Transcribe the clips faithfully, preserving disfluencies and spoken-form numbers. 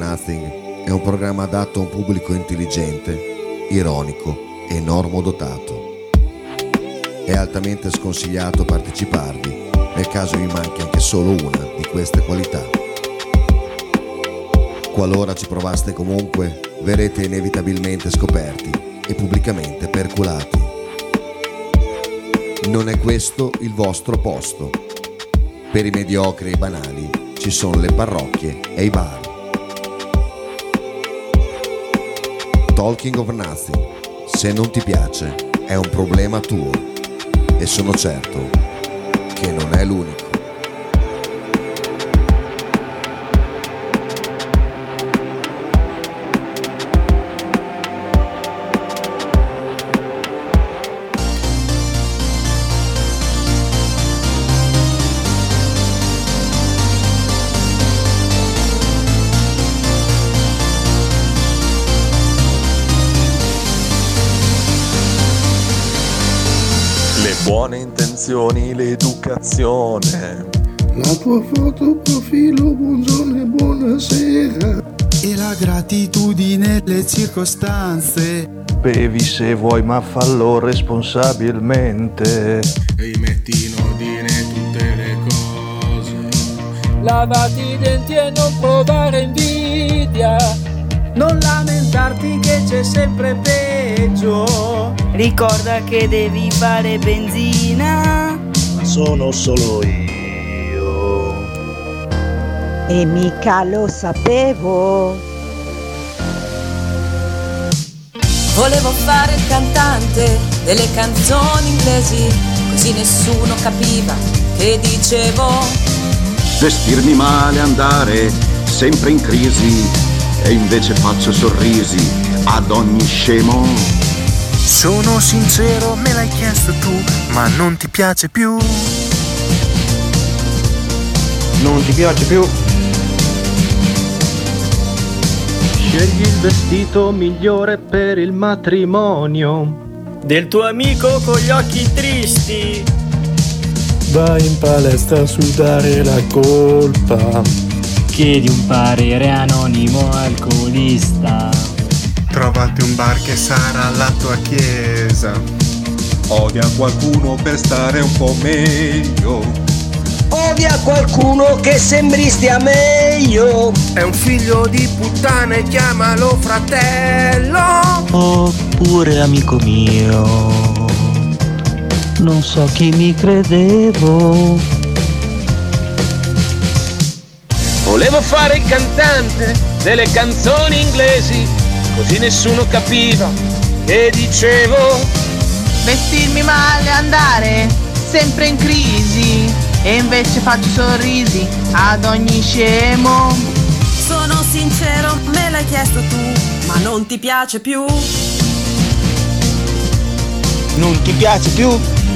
Nothing è un programma adatto a un pubblico intelligente, ironico e normodotato. È altamente sconsigliato parteciparvi nel caso vi manchi anche solo una di queste qualità. Qualora ci provaste comunque, verrete inevitabilmente scoperti e pubblicamente perculati. Non è questo il vostro posto. Per i mediocri e i banali ci sono le parrocchie e i bar. Talking of Nothing, se non ti piace, è un problema tuo e sono certo che non è l'unico. Buone intenzioni, l'educazione. La tua foto profilo, buongiorno e buonasera. E la gratitudine, le circostanze. Bevi se vuoi ma fallo responsabilmente. Rimetti in ordine tutte le cose. Lavati i denti e non provare invidia. Non lamentarti che c'è sempre peggio. Ricorda che devi fare benzina. Ma sono solo io. E mica lo sapevo. Volevo fare il cantante delle canzoni inglesi, così nessuno capiva che dicevo. Vestirmi male, andare sempre in crisi, e invece faccio sorrisi ad ogni scemo. Sono sincero, me l'hai chiesto tu, ma non ti piace più. Non ti piace più. Scegli il vestito migliore per il matrimonio del tuo amico con gli occhi tristi. Vai in palestra a sudare la colpa. Chiedi un parere anonimo alcolista. Trovati un bar che sarà la tua chiesa. Odia qualcuno per stare un po' meglio. Odia qualcuno che sembri stia meglio. È un figlio di puttana e chiamalo fratello. Oppure amico mio, non so chi mi credevo. Volevo fare il cantante delle canzoni inglesi, così nessuno capiva che dicevo. Vestirmi male, andare sempre in crisi, e invece faccio sorrisi ad ogni scemo. Sono sincero, me l'hai chiesto tu, ma non ti piace più. Non ti piace più?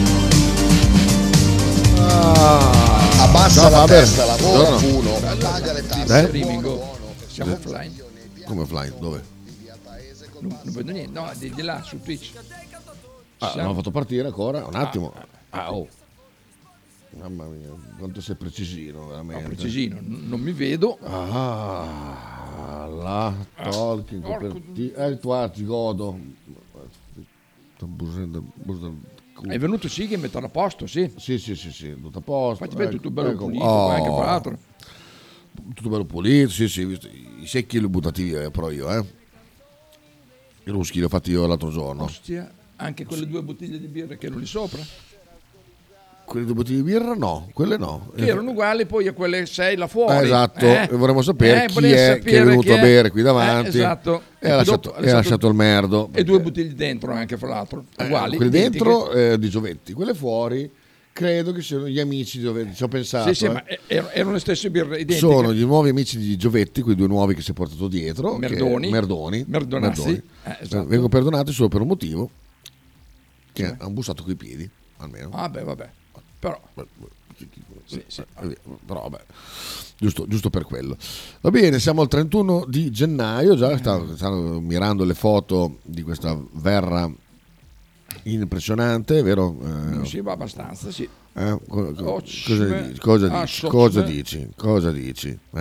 Ah. Abbassa no, la vabbè. testa, lavora no, no. uno, Allora, paga le tasse. streaming, siamo offline. Come offline? Dove? Non, non vedo niente, no, di, di là su Twitch. Ah, Siamo... l'hanno fatto partire ancora, un attimo. Ah, ah, oh. Mamma mia, quanto sei precisino, veramente. No, precisino, n- non mi vedo. Ah, la talking ah, per ti, eh, tu ti godo. Sto bussando, bussando. È venuto sì che metterlo a posto, sì. Sì, sì, sì, sì, tutto a posto. Infatti, ecco, tutto bello ecco. pulito, Oh, anche fra l'altro. Tutto bello pulito, sì, sì, visto. I secchi li ho buttati via, però io, eh. I ruschi li ho fatti io l'altro giorno. Ostia, anche quelle due bottiglie di birra che erano lì sopra. Quelle due bottiglie di birra no, quelle no. Che erano uguali poi a quelle sei là fuori. Eh, esatto, eh? e vorremmo sapere eh, chi vorrei è sapere che è venuto chi a è. bere qui davanti. Eh, esatto. E ha lasciato, dopo, e ha lasciato il merdo. E due bottiglie dentro anche fra l'altro, uguali. Eh, quelle identiche. dentro eh, di Giovetti, quelle fuori credo che siano gli amici di Giovetti, ci ho pensato. Sì, sì, eh. ma er- erano le stesse birre identiche. Sono gli nuovi amici di Giovetti, quei due nuovi che si è portato dietro. Merdoni. Che, Merdoni. Merdonazzi. Merdoni. Eh, esatto. Vengo perdonati solo per un motivo, che sì. hanno bussato coi piedi, almeno. Ah beh, vabbè. Però... Sì, sì. Però vabbè, giusto, giusto per quello. Va bene, siamo al trentuno di gennaio, già stanno, stanno mirando le foto di questa verra impressionante, vero? Eh, sì, va abbastanza, sì. Eh, co- co- oh, cosa, dici? Cosa, ah, dici? so, cosa so, dici? Cosa dici? Eh?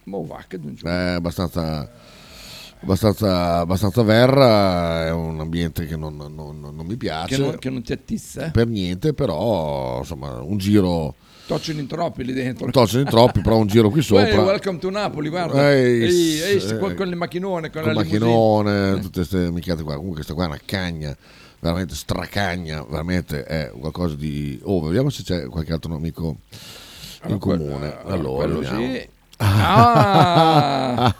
Mo va che non c'è. È abbastanza, abbastanza, abbastanza verra, è un ambiente che non, non, non, non mi piace. Che non, che non ti attizza? Eh? Per niente, però insomma un giro... Tocciano in troppi lì dentro. Tocciano in troppi, però un giro qui sopra. Hey, welcome to Napoli, guarda. Ehi, ehi, ehi, eh, con, con le macchinone, con, con la macchinone, eh. tutte queste minchiate qua. Comunque questa qua è una cagna, veramente stracagna, veramente è qualcosa di... Oh, vediamo se c'è qualche altro amico in allora, comune. Quello, Allora, quello vediamo. sì. Ah!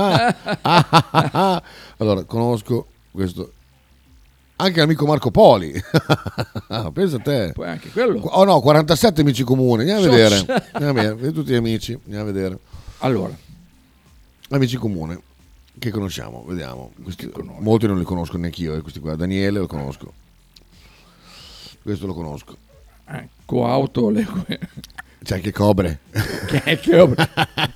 Allora, conosco questo... Anche l'amico Marco Poli. Pensa a te. Poi anche quello. Oh no, quarantasette amici comuni. Andiamo a vedere. Andiamo a vedere. Vedi tutti gli amici. Andiamo a vedere. Allora. Amici comuni. Che conosciamo? Vediamo. Questi, molti non li conosco neanche io. Eh, questi qua. Daniele lo conosco. Questo lo conosco. Ecco, auto. Le... C'è anche Cobre. Che Cobre.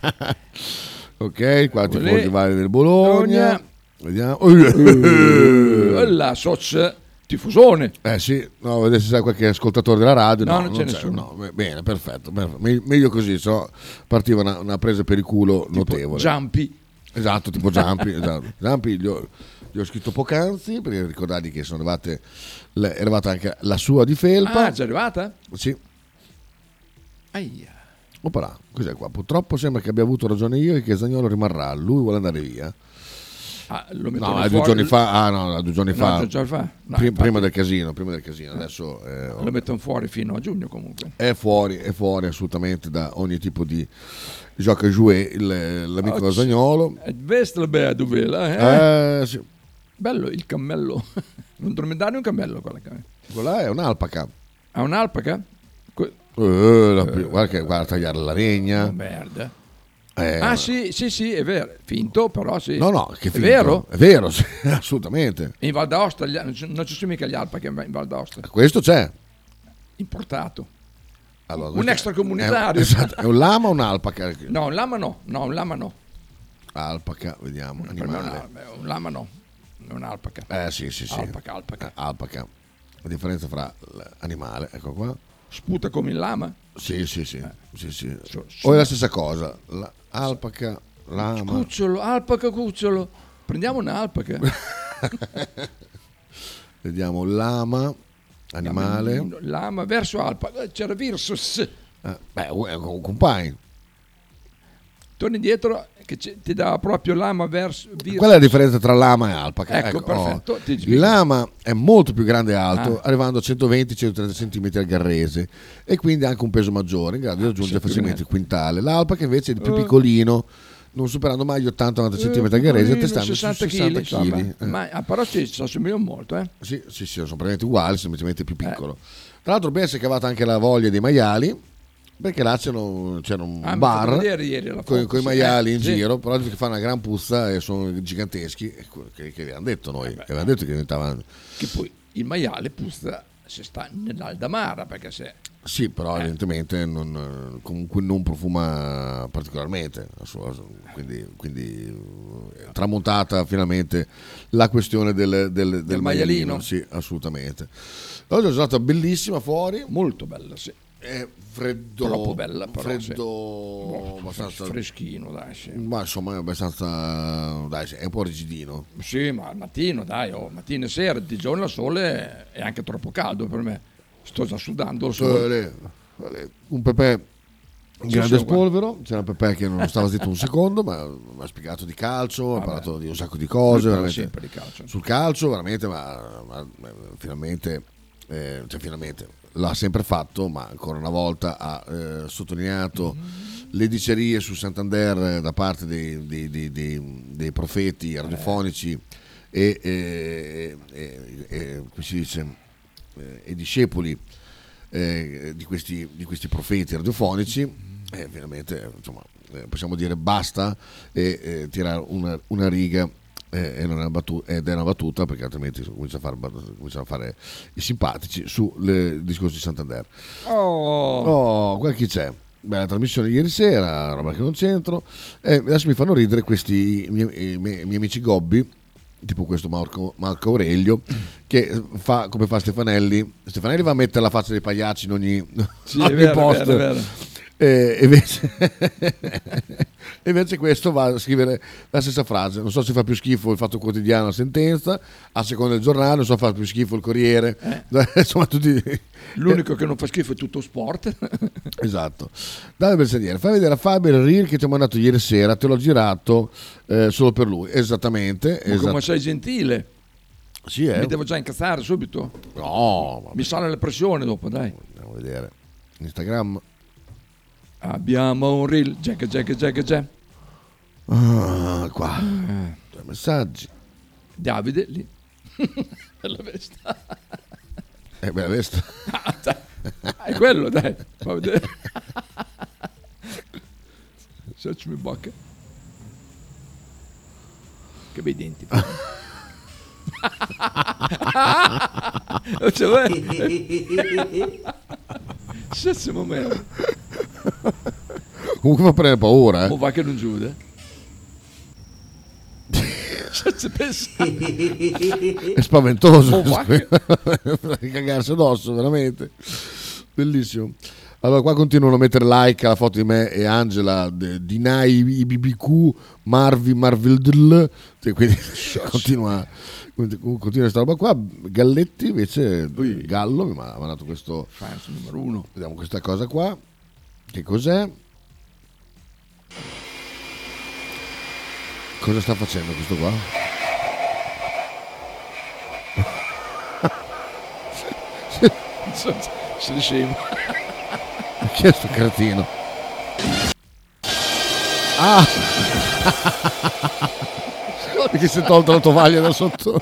Ok, qua tifosi vari del Bologna. Bologna. Vediamo. Uh, la soc tifosone. Eh sì, no, vedete se c'è qualche ascoltatore della radio. No, no non, non c'è, c'è nessuno. No, bene, perfetto, perfetto. Meglio così, so, partiva una, una presa per il culo tipo notevole. Giampi. Esatto, tipo Giampi. Esatto. Giampi gli ho, gli ho scritto poc'anzi, perché ricordate che sono arrivate, è arrivata anche la sua di felpa. Ah, è già arrivata? Sì. Aia. Opala, cos'è qua? Purtroppo sembra che abbia avuto ragione io e che Zaniolo rimarrà. Lui vuole andare via. Ah, lo no, due giorni fa, ah no, due giorni no, fa, due giorni fa. No, prima, infatti, prima del casino, prima del casino. Adesso eh, lo mettono fuori fino a giugno comunque. È fuori, è fuori assolutamente da ogni tipo di gioco a jouer il, l'amico oh, Zagnolo. Vestilo beh, dove eh? eh sì. Bello il cammello. Non dromedario un cammello quella. Quella è un'alpaca. Ha un'alpaca? Que- eh, la, eh, guarda che guarda a tagliare la legna. Oh, merda. Eh, ah sì, sì, sì, è vero, finto però sì. No, no, che è finto. vero? È vero, sì, assolutamente. In Val d'Aosta non ci sono mica gli alpache in Val d'Aosta. Questo c'è. Importato. Allora, un extracomunitario. È, esatto, è un lama o un'alpaca? No, un lama no, no, un lama no. Alpaca, vediamo, animale. Un lama no, è un'alpaca. Eh sì, sì, sì. Alpaca, alpaca. Alpaca. La differenza fra l'animale, ecco qua. Sputa come il lama? Sì, sì, sì. Eh. sì, sì. So, o è la stessa cosa? La, alpaca, lama. Cucciolo, alpaca, cucciolo. Prendiamo un'alpaca. Vediamo lama, animale. Lama, lama verso alpaca. C'era Virsus. Eh, beh, è un compagno. Torni indietro che ti dà proprio lama verso Virsus. Qual è la differenza tra lama e alpaca? Ecco, ecco perfetto. Oh. Il lama è molto più grande e alto, ah. arrivando a centoventi centotrenta centimetri al garrese, e quindi ha anche un peso maggiore, in grado di raggiungere ah, facilmente il quintale. L'alpaca invece è di più piccolino, non superando mai gli ottanta novanta centimetri al garese, testando sessanta chili. Eh. Ma a però ci si assomiglia molto, eh? Sì, sì, sì, sono praticamente uguali, semplicemente più piccolo. Eh. Tra l'altro ben si è cavata anche la voglia dei maiali, perché là c'era, c'era un ah, bar ieri con i maiali eh, in sì. giro, però che fanno una gran puzza e sono giganteschi, che, che avevamo detto noi, eh beh, che avevamo detto che diventavano. Che poi il maiale puzza se sta nell'aldamara, perché se... Sì, però eh. evidentemente non, comunque non profuma particolarmente, quindi, quindi tramontata finalmente la questione del, del, del, del maialino. maialino. Sì, assolutamente. Oggi è una giornata bellissima fuori. Molto bella, sì. È freddo, troppo bella, però, freddo, sì. boh, abbastanza freschino, dai, sì. Ma insomma è abbastanza, dai, è un po' rigidino. Sì, ma al mattino, dai, oh, mattina e sera, di giorno al sole è anche troppo caldo per me. Sto già sudando il sole. Eh, un Pepe in grande spolvero, c'era un Pepe che non stava zitto un secondo, ma mi ha spiegato di calcio, ha parlato di un sacco di cose, veramente, di calcio. Sul calcio, veramente, ma, ma, ma finalmente, eh, cioè finalmente l'ha sempre fatto, ma ancora una volta ha eh, sottolineato mm-hmm. le dicerie su Santander da parte dei, dei, dei, dei, dei profeti radiofonici eh. e, e, e, e come si dice eh, e discepoli eh, di, questi, di questi profeti radiofonici. E eh, finalmente insomma eh, possiamo dire basta e eh, tirare una, una riga. Eh, ed è una battuta, perché altrimenti cominciano a fare, cominciano a fare i simpatici sul discorso di Santander. Oh, oh qua chi c'è? Beh, la trasmissione ieri sera, roba che non c'entro. Eh, adesso mi fanno ridere questi miei, miei, miei amici gobbi, tipo questo Marco, Marco Aurelio, che fa come fa Stefanelli. Stefanelli va a mettere la faccia dei pagliacci in ogni, sì, ogni è vero, post. È vero, è vero. Eh, invece E invece questo va a scrivere la stessa frase. Non so se fa più schifo il Fatto Quotidiano, la sentenza, a seconda del giornale, non so se fa più schifo il Corriere. Eh. Insomma, tutti... L'unico che non fa schifo è Tutto Sport. Esatto. Dai Bersagliere, fai vedere a Fabio il reel che ti ho mandato ieri sera, te l'ho girato eh, solo per lui. Esattamente. Ma esatt- come sei gentile. Sì, eh. Mi devo già incazzare subito. No, vabbè. Mi sale la pressione dopo, dai. Andiamo a vedere. Instagram. Abbiamo un reel. Jack, Jack, Jack, Jack. Ah, qua. Due messaggi. Davide lì. La vesta. Eh beh, la vesta. Ah, dai. È quello, dai. Fa vedere. Search mi bocca. Che bei denti. Se se momento. Comunque fa prendere paura, eh. O va che non giude. È spaventoso. Oh, va che- Per cagarsi addosso, veramente. Bellissimo. Allora, qua continuano a mettere like alla foto di me e Angela, de- Dinai, I B B Q, Marvi, Marvildl, e quindi continua, continua questa roba qua. Galletti invece, Gallo mi ha mandato questo, Fans numero uno. vediamo questa cosa qua, che cos'è? Cosa sta facendo questo qua? Se ne scemo. Chi è sto cretino? Ah! Perché si è tolto la tovaglia da sotto.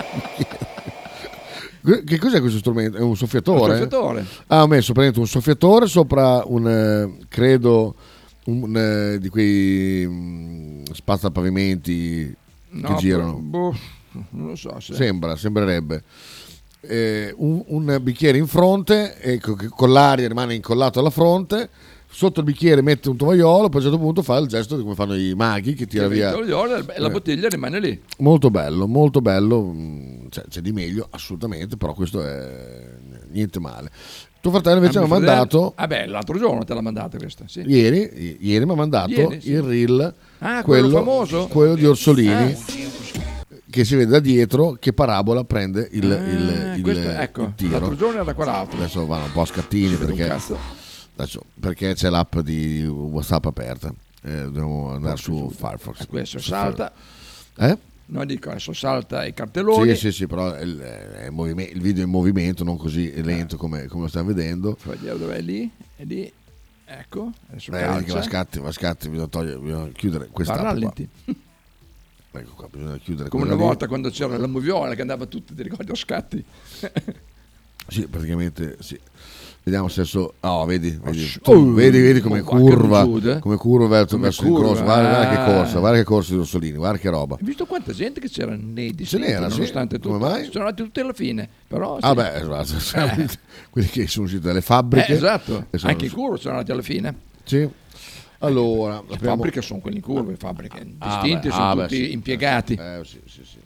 Che cos'è questo strumento? È un soffiatore? Un soffiatore. Ah, ho messo praticamente un soffiatore sopra un, eh, credo, un, eh, di quei mm, spazzapavimenti No, che girano. boh, non lo so se... Sembra, sembrerebbe. Eh, un, un bicchiere in fronte, ecco, che con l'aria rimane incollato alla fronte. Sotto il bicchiere mette un tovagliolo, poi a un certo punto fa il gesto di come fanno i maghi che tira Che via. il tovagliolo e la Eh. bottiglia rimane lì. Molto bello, molto bello. mm, C'è, c'è di meglio, assolutamente, però questo è niente male. Tuo fratello invece Ah, mi ha mio fratello- mandato Ah beh, l'altro giorno te l'ha mandata questa, sì. ieri, i- ieri mi ha mandato Ieri, sì. il reel, Ah, quello famoso? quello di Orsolini, Ah. che si vede da dietro che parabola prende il, Ah, il, il, questo- ecco, il tiro. l'altro giorno era quell'altro. Adesso vanno un po' a scattini vede un perché, cazzo. adesso, perché c'è l'app di WhatsApp aperta. Eh, dobbiamo andare su Firefox. Questo salta. Eh? No, dico, adesso salta i cartelloni. Sì, sì, sì, però il, è in movime- il video è in movimento, non così lento come, come lo stiamo vedendo. Fai vedere dov'è lì, è lì. Ecco, adesso Eh, vedi che calcia. va a scatti, va a scatti, bisogna, togliere, bisogna chiudere questa Va a app qua. rallenti. Ecco qua, bisogna chiudere Come quella una lì. volta quando c'era la moviola che andava tutta, ti ricordi, a scatti. Sì, praticamente sì. Vediamo se adesso. Oh, vedi, vedi, Oh, tu, vedi, vedi come oh, va che curva, non chiude. come curva verso, Come verso il curva, cross. Guarda, guarda che ah. corsa, guarda che corsa di Orsolini, guarda che roba. Hai visto quanta gente che c'era nei distinti, n'era, sì. nonostante tutto? Come mai? Sono andati tutti alla fine, però Ah sì. beh, esatto, Eh. quelli che sono usciti dalle fabbriche. Eh, esatto, e sono- anche i curva sono andati alla fine. Sì. Allora, Le apriamo- fabbriche sono quelli in curva, le fabbriche Ah, distinti beh, sono ah, beh, tutti sì. impiegati. Eh, sì, sì, sì.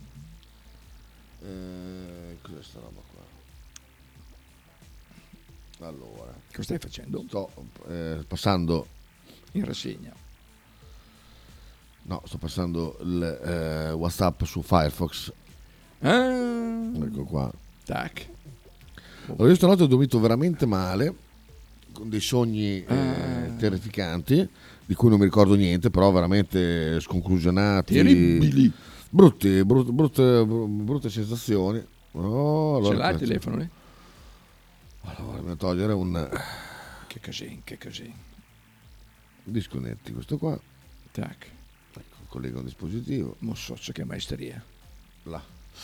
Eh, cos'è sta roba qua? Allora, Cosa stai facendo? sto eh, passando. In rassegna. No, sto passando il eh, WhatsApp su Firefox. Ah, Ecco qua. tac. Allora, io stanotte ho dormito veramente male, con dei sogni eh, Ah. terrificanti, di cui non mi ricordo niente, però veramente sconclusionati. Terribili. Brutti, brutte, brutte, brutte sensazioni. Oh, allora, Ce l'hai il cazzo. telefono lì? Allora, bisogna togliere un Che casino, che casino. disconnetti, questo qua. Tac. Ecco, collega un dispositivo. Mossoccia, che maestria. Là.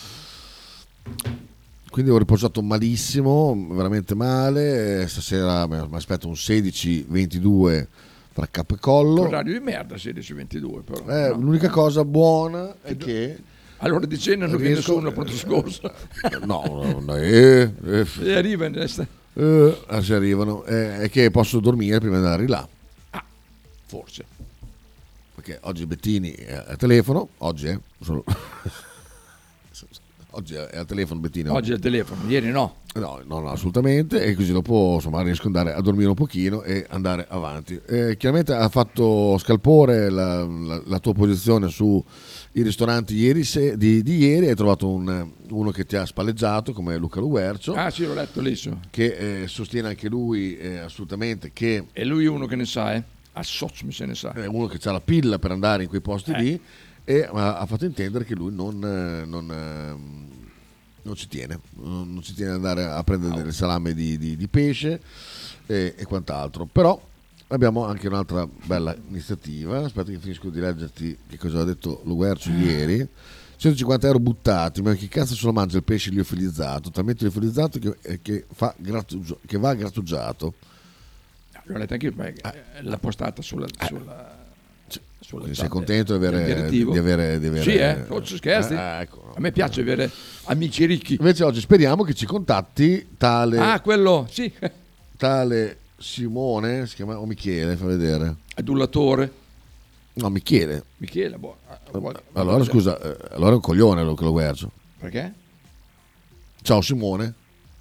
Quindi ho riposato malissimo, veramente male. Stasera mi aspetto un sedici ventidue tra capo e collo. Orario di merda, sedici ventidue però. Eh, no. L'unica cosa buona è che All'ora di cena non viene riesco- nessuno pronto scorso. no, no, no, eh, eh, E arriva in testa. eh, ah, se arrivano, eh, è che posso dormire prima di andare là. Forse. Perché oggi Bettini è al telefono, oggi eh, solo- oggi è al telefono Bettino. Oggi è al telefono, ieri no. No, no, no, assolutamente, e così dopo insomma riesco ad andare a dormire un pochino e andare avanti. Eh, chiaramente ha fatto scalpore la, la, la tua posizione sui ristoranti ieri se, di, di ieri, hai trovato un, uno che ti ha spalleggiato come Luca Luercio. Ah sì, l'ho letto lì su. Che eh, sostiene anche lui eh, assolutamente che... E lui è uno che ne sa, eh? A Sozzmi se ne sa. È uno che ha la pilla per andare in quei posti eh. lì e ha, ha fatto intendere che lui non... non non ci tiene, non ci tiene ad andare a prendere delle salame di, di, di pesce e, e quant'altro. Però abbiamo anche un'altra bella iniziativa. Aspetta che finisco di leggerti che cosa ha detto Luercio ieri. centocinquanta euro buttati, ma chi cazzo se lo mangia il pesce liofilizzato, talmente liofilizzato che, che, fa grattugi- che va grattugiato. L'ho letto anche io, beh, l'ha postata sulla... sulla... Quindi sei contento di avere, di avere, di avere sì, eh, non ci scherzi. Eh, ecco. A me piace avere amici ricchi. Invece oggi speriamo che ci contatti tale ah quello sì tale Simone, si chiama o Michele, fa vedere adullatore. No, Michele. Michele boh. Allora scusa, eh, allora è un coglione lo che lo guercio. Perché? Ciao Simone.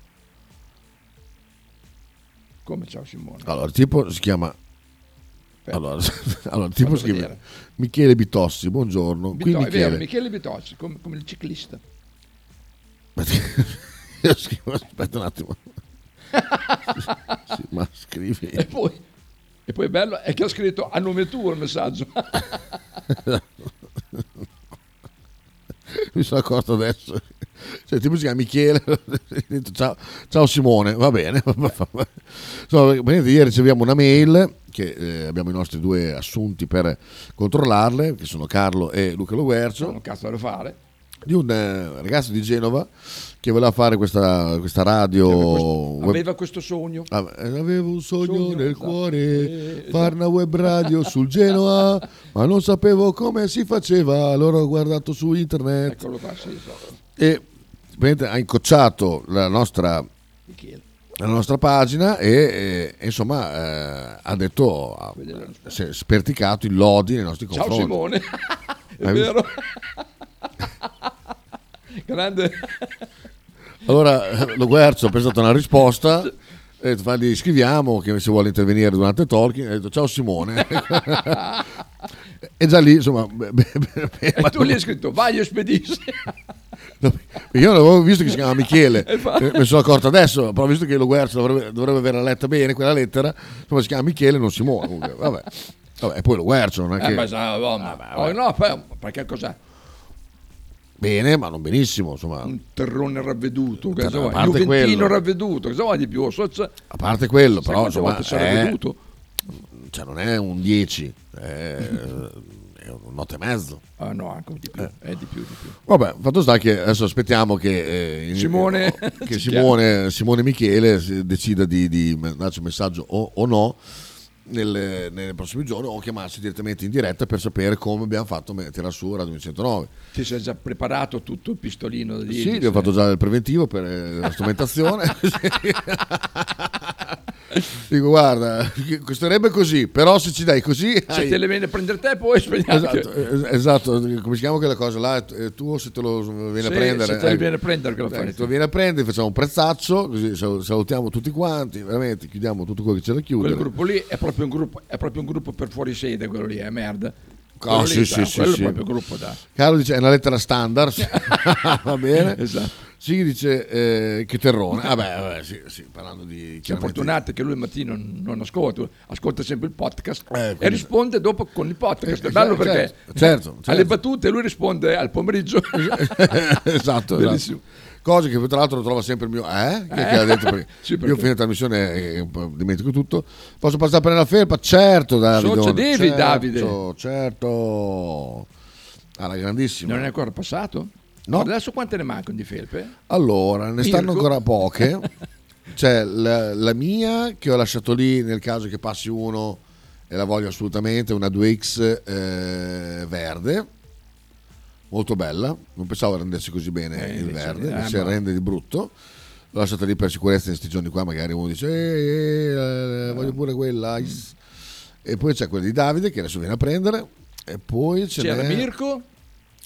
Come ciao Simone? Allora tipo si chiama Allora, allora tipo scrive Michele Bitossi, buongiorno. Bito- Qui è Michele. vero, Michele Bitossi, come, come il ciclista. Io scrivo, aspetta un attimo. Sì, ma scrivi. E poi, e poi è bello è che ha scritto a nome tuo il messaggio. Mi sono accorto adesso. Cioè, tipo si chiama Michele. ciao, ciao Simone, va bene. So, ieri riceviamo una mail che eh, abbiamo i nostri due assunti per controllarle, che sono Carlo e Luca Luercio. Non un cazzo da fare. Di un eh, ragazzo di Genova che voleva fare questa, questa radio. Aveva questo, web... aveva questo sogno. Ah, avevo un sogno, sogno nel esatto. cuore, eh, fare esatto. una web radio sul Genoa, ma non sapevo come si faceva. Allora ho guardato su internet. Eccolo qua, sì, so. E ha incocciato la nostra, la nostra pagina e, e, e insomma eh, ha detto ha, si è sperticato i lodi nei nostri Ciao confronti. Simone. È Hai vero. Grande. Allora lo Guercio ha pensato una risposta e gli scriviamo che se vuole intervenire durante il talking, ha detto ciao Simone. E già lì insomma be, be, be, e tu gli hai scritto vai e spedisci. Io non avevo visto che si chiama Michele, mi sono accorto adesso, però visto che lo Guercio dovrebbe, dovrebbe averla letta bene quella lettera, insomma si chiama Michele, non Simone. Comunque, vabbè. Vabbè, e poi lo Guercio non è che... Eh, beh, sa, oh, ma, vabbè, vabbè. Oh, no, perché cos'è? Bene, ma non benissimo, insomma. Un terrone ravveduto, Ter- cosa a vuoi? parte Juventino quello. ravveduto, cosa vuoi di più? So, a parte quello, però insomma, è, è, cioè non è un dieci, è, è un otto e mezzo. Ah no, anche di più, eh. è di più, di più. Vabbè, fatto sta che adesso aspettiamo che, eh, Simone, eh, che Simone, Simone Michele decida di, di darci un messaggio o, o no nelle, nei prossimi giorni o chiamarsi direttamente in diretta per sapere come abbiamo fatto a tirare su Radio duecentonove. Ti sei già preparato tutto il pistolino di Sì, ho fatto già il preventivo per la strumentazione. Dico guarda, costerebbe così, però se ci dai così se hai... te le viene a prendere te poi spegniamo. Esatto, esatto, come si chiama quella cosa là, tu se te lo viene sì, a prendere se te lo eh, viene a prendere che lo fai, te lo viene a prendere, facciamo un prezzaccio così salutiamo tutti quanti, veramente chiudiamo tutto quello che c'è da chiudere. Quel gruppo lì è proprio un gruppo, è proprio un gruppo per fuori sede, quello lì è merda. Oh, lì, sì, sì, sì, quello sì. è proprio il gruppo da. Carlo dice è una lettera standard. Va bene, esatto. Sì, dice eh, che terrone. Vabbè, vabbè, sì, sì, parlando di... Siamo fortunati che lui il mattino non ascolta, ascolta sempre il podcast eh, quindi... e risponde dopo con il podcast. Eh, è bello certo, perché certo, certo. alle battute lui risponde al pomeriggio. Esatto, bellissimo. Esatto. Cose che tra l'altro trova sempre il mio eh? Che, eh? che ha detto perché sì, io ho finito la trasmissione e eh, dimentico tutto. Posso passare per la felpa? Certo, Davide. So, devi, certo, Davide. Certo. Alla grandissima. Non è ancora passato? No. Adesso quante ne mancano di felpe? Allora, ne stanno Mirko? ancora poche. C'è la, la mia che ho lasciato lì nel caso che passi uno e la voglio assolutamente, una due X eh, verde. Molto bella, non pensavo rendesse così bene eh, il verde, eh, si ma... rende di brutto. L'ho lasciata lì per sicurezza in questi giorni qua, magari uno dice eh, eh, voglio pure quella. Mm. E poi c'è quella di Davide che adesso viene a prendere. E poi ce c'era n'è... Mirko?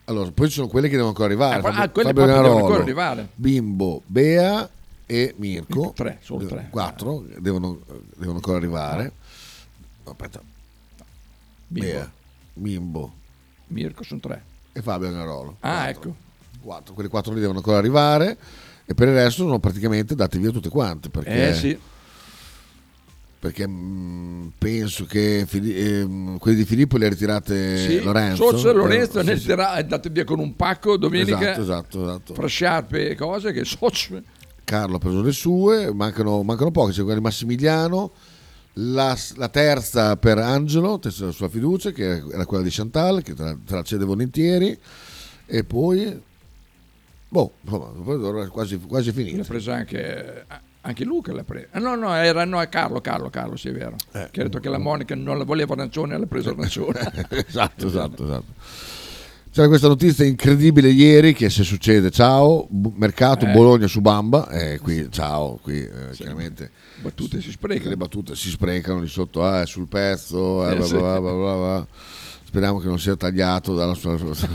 Allora, poi ci sono quelle che devono ancora arrivare. Eh, ah, Fabio, quelle Fabio proprio devono Ganarolo, ancora arrivare. Bimbo, Bea e Mirko. Tre, solo tre. Quattro devono, devono ancora arrivare. Aspetta. Bimbo. Bea, Bimbo, Mirko sono tre. e Fabio Ganarolo. Ah, Quattro. ecco. Quattro. Quelli quattro lì devono ancora arrivare e per il resto sono praticamente date via tutte quante. Perché, Eh sì. perché mh, penso che Fili- ehm, quelli di Filippo li ha ritirate Sì, Lorenzo. Socio Lorenzo Eh, ne sì, sì. dirà, è andato via con un pacco domenica. Esatto, esatto, esatto. Fra sciarpe e cose che Socio. Carlo ha preso le sue, mancano, mancano poche, c'è quella di Massimiliano, la, la terza per Angelo, testa la sua fiducia, che era quella di Chantal, che te la, te la cede volentieri, e poi, boh, insomma, poi è quasi, quasi L'ha finito. preso anche, anche Luca l'ha preso. Ah, no, no, era no, è Carlo, Carlo, Carlo, sì è vero. Eh. Che ha detto che la Monica non la voleva arancione, l'ha preso arancione. esatto, esatto, esatto. C'era questa notizia incredibile ieri che se succede, ciao, bu- mercato Eh. Bologna su Bamba, eh, qui, ciao, qui eh, Sì. chiaramente Battute si sprecano. le battute si sprecano lì sotto, ah, è sul pezzo, eh, Eh, bla, sì. bla, bla, bla, bla. Speriamo che non sia tagliato dalla sua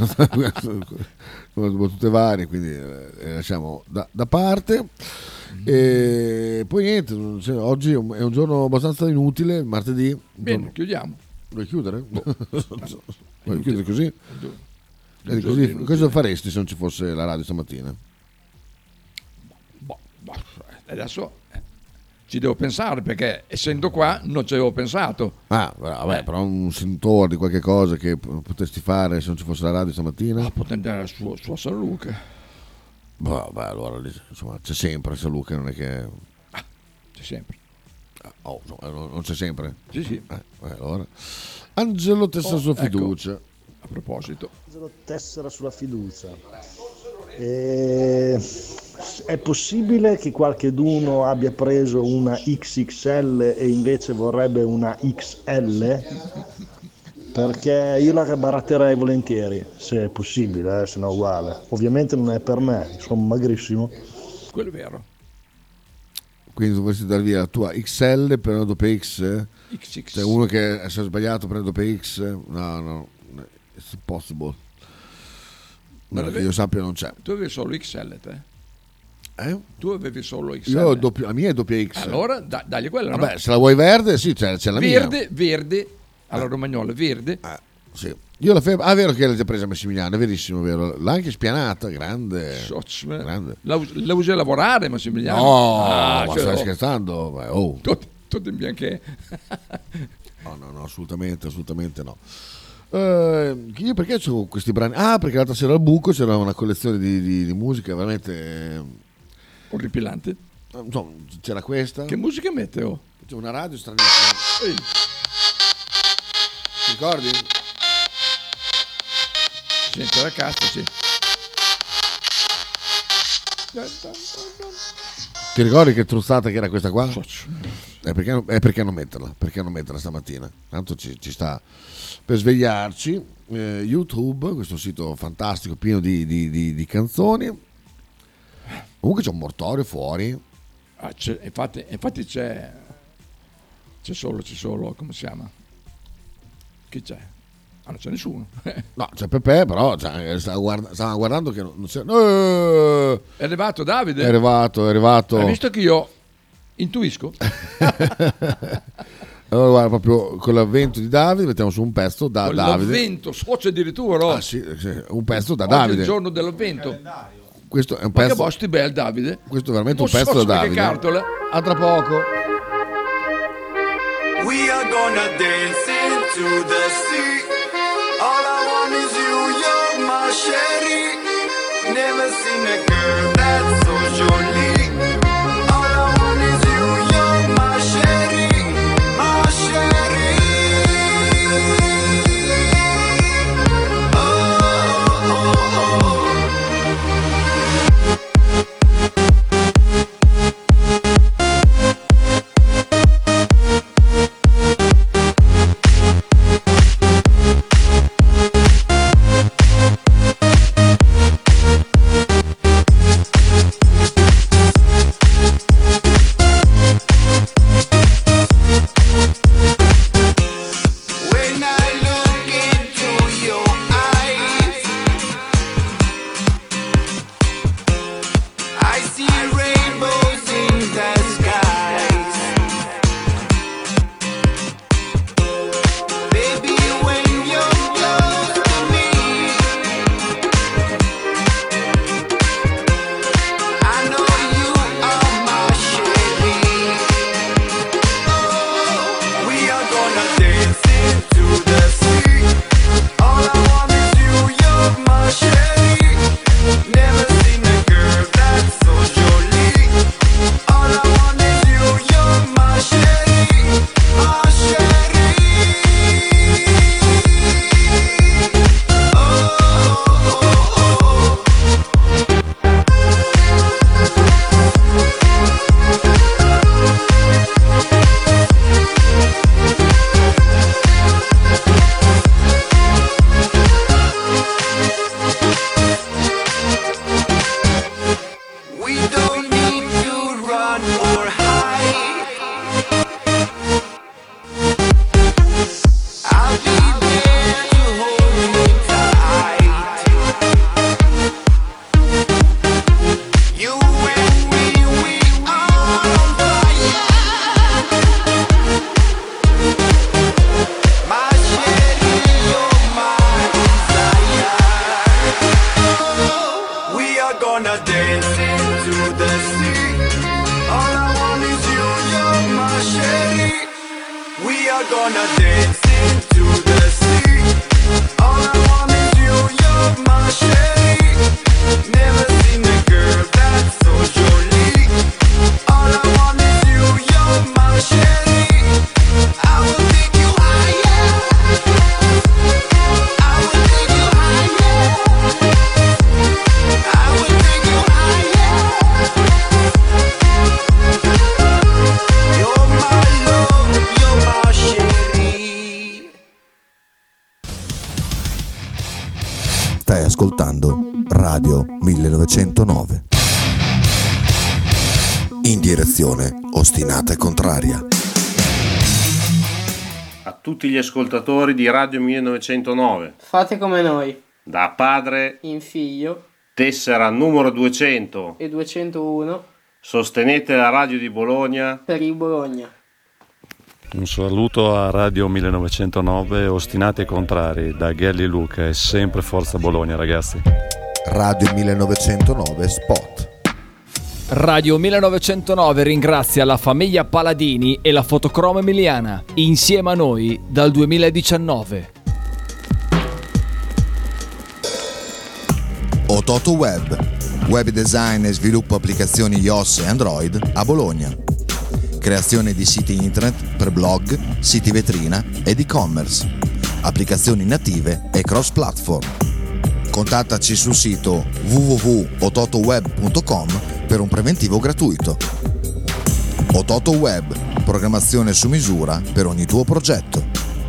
come battute varie, quindi eh, le lasciamo da, da parte. E poi niente, non c'è- oggi è un, è un giorno abbastanza inutile, il martedì. un Bene, giorno- chiudiamo. Vuoi chiudere? Vuoi chiudere così? Vedi, giorno così inutile. cosa faresti se non ci fosse la radio stamattina? Boh, boh, adesso eh, ci devo pensare perché essendo qua non ci avevo pensato. Ah, vabbè, però un sentore di qualche cosa che p- potresti fare se non ci fosse la radio stamattina? Ah, potrei andare su, su a San Luca. Boh, beh, allora lì, insomma, c'è sempre San Luca, non è che. C'è sempre. Oh, insomma, non non c'è sempre? Sì, sì. Eh, eh, allora. Angelo testa Oh, sua ecco. fiducia. A proposito. Angelo tessera sulla fiducia. E è possibile che qualcheduno abbia preso una X X L e invece vorrebbe una X L? Perché io la baratterei volentieri, se è possibile, eh, se no uguale. Ovviamente non è per me, sono magrissimo. Quello è vero. Quindi dovresti dar via la tua X L per una doppia X? X X. Cioè uno che si è sbagliato per una doppia X? No, no, it's impossible. No, Non che ave- io sappia non c'è. Tu avevi solo X L te? Eh? Tu avevi solo X L? Io ho doppio- la mia è doppia X. Allora da- dagli quella, Vabbè, no? se la vuoi verde, sì, c'è, c'è la Verde, mia. verde, alla romagnola, verde. Sì. Io la febbre, ah, è vero che l'hai già presa a Massimiliano, è verissimo, è vero. L'ha anche spianata, grande. Soc- grande. La, us- la usi a lavorare, Massimiliano? No, Ah, ma cioè, stai oh, scherzando? Beh, oh. Tutto, tutto in bianche. No, no, no, assolutamente, assolutamente no. Eh, io perché ho questi brani? Ah, perché l'altra sera al buco c'era una collezione di, di- di musica veramente. eh, Orripilante. insomma, c'era questa. Che musica mette, oh? C'è una radio stranissima. Ehi. Ti ricordi? Sente la cazzo, sì. Ti ricordi che truzzata che era questa qua? È perché, è perché non metterla? Perché non metterla stamattina? Tanto ci, ci sta per svegliarci. Eh, YouTube, questo sito fantastico pieno di, di- di- di canzoni. Comunque c'è un mortorio fuori. Ah, c'è- infatti, infatti c'è c'è solo, c'è solo, come si chiama? Chi c'è? Ah, non c'è nessuno. No, c'è Pepe, però cioè, stava, guarda- stava guardando che non, non c'è. Eh, È arrivato Davide? è arrivato, è arrivato. Hai visto che io intuisco? Allora guarda, proprio con l'avvento di Davide mettiamo su un pezzo da Con Davide. l'avvento, socio addirittura. Oh. Ah, sì, sì, un pezzo da Oggi è Davide. il giorno dell'avvento. Questo è un Ma che pezzo. bosti bel Davide. Questo è veramente un Oh, pezzo socio, da che Davide. cartola. A tra poco. We are gonna dance into the sea. All I want is you, you're my sherry. Never seen a girl that's so jolly. All I want is you, you're my sherry, my sherry. Oh, oh, oh, oh. are gonna dance into the sea. All I want is you, you're my sherry. Never seen a girl that's so jolie. All I want is you, you're my sherry. I will take you higher. I will take you higher. I will take you higher. You're my love, you're my sherry. Stai ascoltando Radio millenovecentonove. In direzione ostinata e contraria. A tutti gli ascoltatori di Radio millenovecentonove, Fate come noi, da padre in figlio tessera numero duecento, e duecentouno sostenete la radio di Bologna. per il Bologna. Un saluto a Radio millenovecentonove, ostinati e contrari, da Gelli Luca, e sempre forza Bologna, ragazzi. Radio millenovecentonove Spot. Radio millenovecentonove ringrazia la famiglia Paladini e la Fotocromo Emiliana, insieme a noi dal duemiladiciannove. Ototo Web, web design e sviluppo applicazioni iOS e Android a Bologna. Creazione di siti internet per blog, siti vetrina ed e-commerce, applicazioni native e cross-platform. Contattaci sul sito w w w punto ototoweb punto com per un preventivo gratuito. Ototo Web, programmazione su misura per ogni tuo progetto.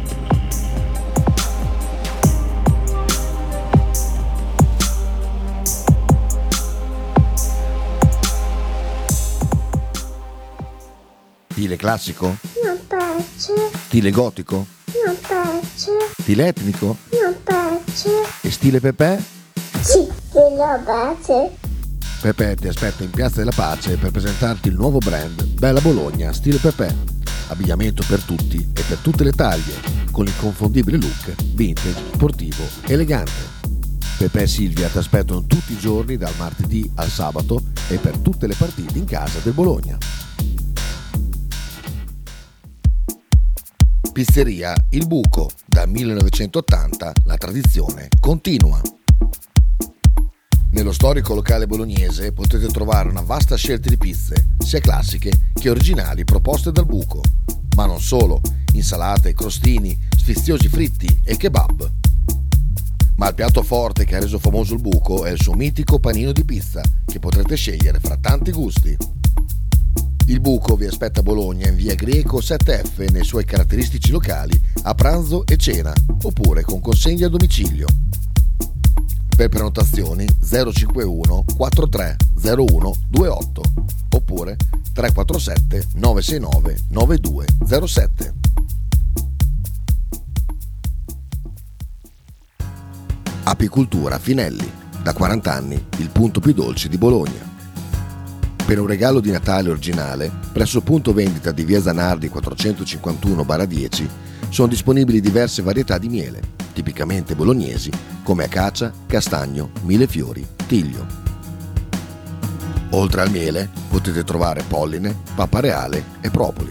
Stile classico? Non piace. Stile gotico? Non piace. Stile etnico? Non piace. E stile Pepe? Sì, quello piace. Pepe ti aspetta in Piazza della Pace per presentarti il nuovo brand Bella Bologna Stile Pepe. Abbigliamento per tutti e per tutte le taglie, con l'inconfondibile look vintage, sportivo, elegante. Pepe e Silvia ti aspettano tutti i giorni dal martedì al sabato e per tutte le partite in casa del Bologna. Pizzeria Il Buco, dal millenovecentottanta la tradizione continua. Nello storico locale bolognese potete trovare una vasta scelta di pizze, sia classiche che originali proposte dal Buco, ma non solo, insalate, crostini, sfiziosi fritti e kebab. Ma il piatto forte che ha reso famoso il Buco è il suo mitico panino di pizza, che potrete scegliere fra tanti gusti. Il Buco vi aspetta a Bologna in via Greco sette F nei suoi caratteristici locali a pranzo e cena, oppure con consegna a domicilio. Per prenotazioni zero cinquantuno quarantatré zero uno ventotto oppure tre quattro sette nove sei nove nove due zero sette. Apicultura Finelli, da quaranta anni il punto più dolce di Bologna. Per un regalo di Natale originale, presso il punto vendita di via Zanardi quattrocentocinquantuno dieci sono disponibili diverse varietà di miele, tipicamente bolognesi, come acacia, castagno, millefiori, tiglio. Oltre al miele potete trovare polline, pappa reale e propoli.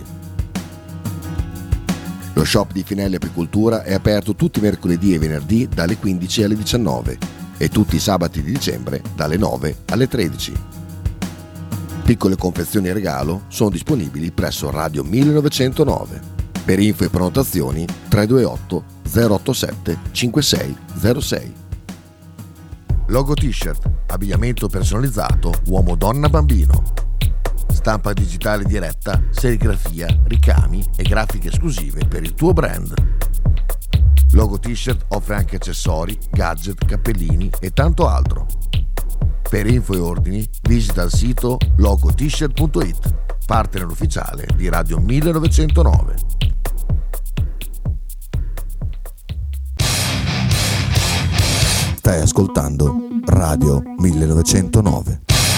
Lo shop di Finelli Apicoltura è aperto tutti i mercoledì e venerdì dalle quindici alle diciannove e tutti i sabati di dicembre dalle nove alle tredici. Piccole confezioni e regalo sono disponibili presso Radio millenovecentonove. Per info e prenotazioni tre due otto zero otto sette cinque sei zero sei. Logo T-shirt, abbigliamento personalizzato uomo, donna, bambino. Stampa digitale diretta, serigrafia, ricami e grafiche esclusive per il tuo brand. Logo T-shirt offre anche accessori, gadget, cappellini e tanto altro. Per info e ordini visita il sito logo t shirt punto it, partner ufficiale di Radio millenovecentonove. Stai ascoltando Radio millenovecentonove.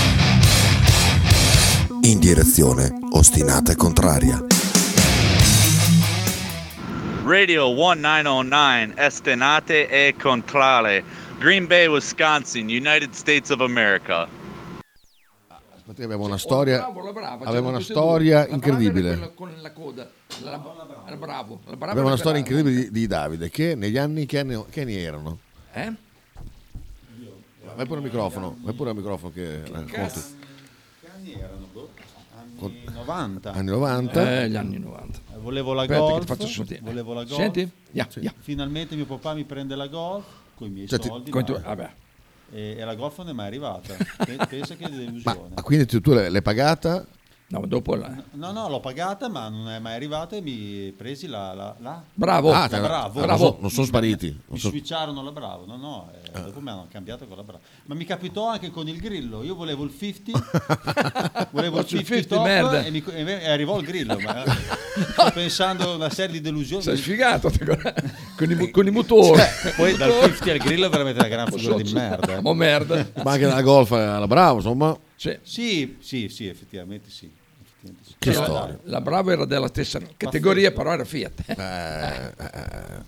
In direzione ostinata e contraria. Radio diciannovecentonove, Ostinate e Contrarie. Green Bay, Wisconsin, United States of America. Aveva una storia, bravo, bravo, aveva una queste storia due, a incredibile. parlare con la coda. La, la Bravo. La Bravo Abbiamo una era storia quella- incredibile di, di Davide, che negli anni che anni, che anni erano? Eh? Vai pure al microfono, vai pure al microfono che, Che racconti. cazzo? Che anni erano? boh? Con- Anni novanta. Anni novanta. Eh, gli anni novanta. Eh, Volevo la Aspetta che Golf. ti faccio sentire. Volevo la Golf. Senti? Yeah, Sì. yeah. Finalmente mio papà mi prende la Golf con i miei Cioè, ti- soldi. con ma- tu- vabbè. E, e la Golf non è mai arrivata. Pe- Pensa che delusione. Ah, quindi tu, tu l'hai l'hai pagata? No, dopo la... No, no, l'ho pagata, ma non è mai arrivata e mi presi la, la, la... Bravo. Ah, la te- Bravo. non so- non sono spariti. Mi Non so- switcharono la Bravo, no, no, eh, dopo mi hanno cambiato con la Bravo. Ma mi capitò anche con il grillo. Io volevo il cinquanta, volevo il Faccio il cinquanta cinquanta, top merda. e, mi, e arrivò il grillo. Ma, eh, sto pensando a una serie di delusioni. Sei sfigato con i, con i motori. Cioè, poi dal cinquanta al grillo è veramente una gran figura di merda. eh. Mo merda. Ma anche la Golf alla Bravo, insomma. Sì. Sì, sì, sì, effettivamente sì. Effettivamente sì. Che Però, storia. dai, La Bravo era della stessa categoria, però era Fiat. Eh, eh, eh,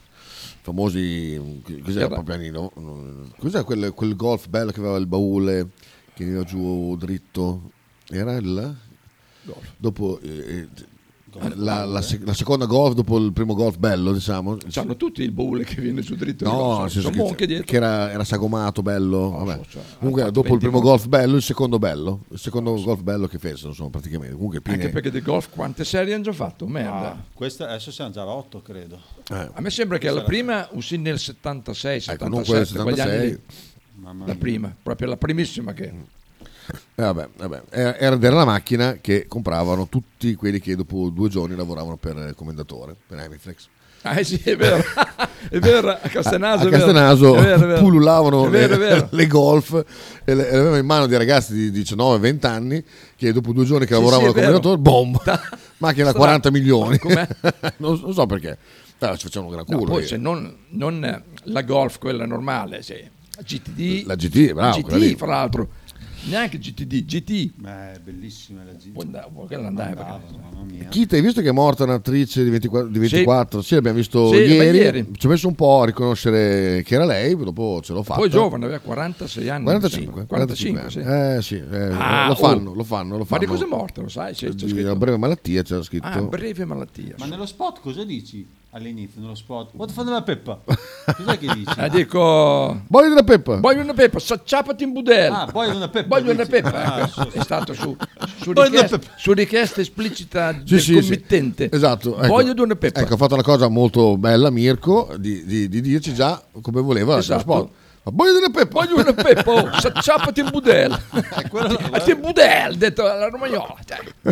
famosi, cos'era Era- proprio anni no- no- cos'era quel, quel Golf bello che aveva il baule che veniva giù dritto? Era il Golf. dopo eh, eh, la, la sec- la seconda Golf dopo il primo Golf bello, diciamo. C'hanno tutti il baule che viene su dritto. No, sono, nel senso sono che, monche dietro. che era, era sagomato, bello. No, vabbè. so, cioè, Comunque, hanno fatto dopo il primo venti Golf bello, il secondo bello. Il secondo Golf bello che fecero, insomma, praticamente. Comunque, Anche piene- perché di golf quante serie hanno già fatto? Merda. ah, questa adesso siamo già a otto, credo. eh, A me sembra che la Questa prima uscì nel settantasei, ecco, non quella del settantasette, quegli anni lì. settantasei. Mamma La mia. prima, proprio la primissima che... Eh, vabbè, vabbè. Era, era della macchina che compravano tutti quelli che dopo due giorni lavoravano per il commendatore, per Amiflex. Ah sì, è vero, è vero, a Castenaso, A è vero. Castenaso È vero, è vero. pullulavano È vero, è le, vero. le Golf e le, e le avevano in mano dei ragazzi di diciannove venti anni che dopo due giorni che Sì, lavoravano sì, è come vero. commendatore, boom, macchina da Strano. quaranta milioni. Com'è? non, non so perché. Dai, ci facciamo un gran No, culo. poi eh. se non, non la Golf, quella normale, sì. G T D. La G T, bravo, G quella lì. T, fra l'altro. Neanche G T D, G T. Ma è bellissima la G. Può andare, può quella andare, Andavano, perché- mamma mia. Chita, hai visto che è morta un'attrice di ventiquattro? Di ventiquattro? Sì, l'abbiamo visto Sì, ieri. ieri. Ci ho messo un po' a riconoscere che era lei, dopo ce l'ho fatta. Poi giovane, aveva quarantasei anni. quarantacinque, mi sembra. quarantacinque, sì. Eh sì, eh, Ah, lo fanno, oh. lo fanno, lo Ma fanno. di cosa è morta, lo sai? C'è, c'è Di scritto. una breve malattia c'era scritto. Ah, breve malattia. Ma nello spot cosa dici all'inizio? Nello spot? What fanno la peppa? Cos'è che dici? Eh, dico... Voglio della peppa. Voglio una peppa, s'acciappati in budella. Ah, voglio una peppa. Voglio una dici? peppa. Ah, Eh, so- è stato su, su, Voglio una richiesta, peppa. su richiesta esplicita Sì, del sì, sì. committente. Esatto. ecco. Voglio di una peppa. Ecco, ha fatto una cosa molto bella Mirko di, di- di dirci già come voleva Esatto. lo spot. Ma voglio della peppa. Voglio una peppa, oh, s'acciappati in budella. S'acciappati in budella, detto alla romagnola. Cioè.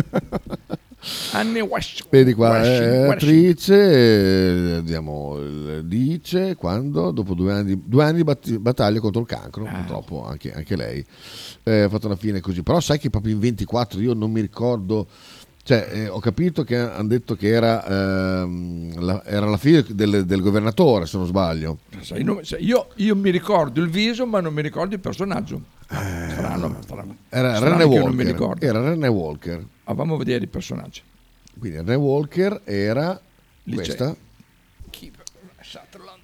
Anni West. Vedi qua, Washing, eh, washing. attrice, eh, diamo, il- dice quando dopo due anni, di- due anni di batti- battaglia contro il cancro, Ah. purtroppo anche, anche lei eh, ha fatto una fine così. Però sai che proprio in ventiquattro io non mi ricordo, cioè eh, ho capito che hanno detto che era, ehm, la, era la figlia del, del governatore, se non sbaglio. Sai, non- sai, io, io mi ricordo il viso, ma non mi ricordo il personaggio. Strano, strano. Era Strano Rene che io non mi Walker. ricordo. Era Rene Walker. Ah, Vamo a vedere i personaggi. Quindi Rene Walker era Lì c'è. questa. Chi? Sutherland.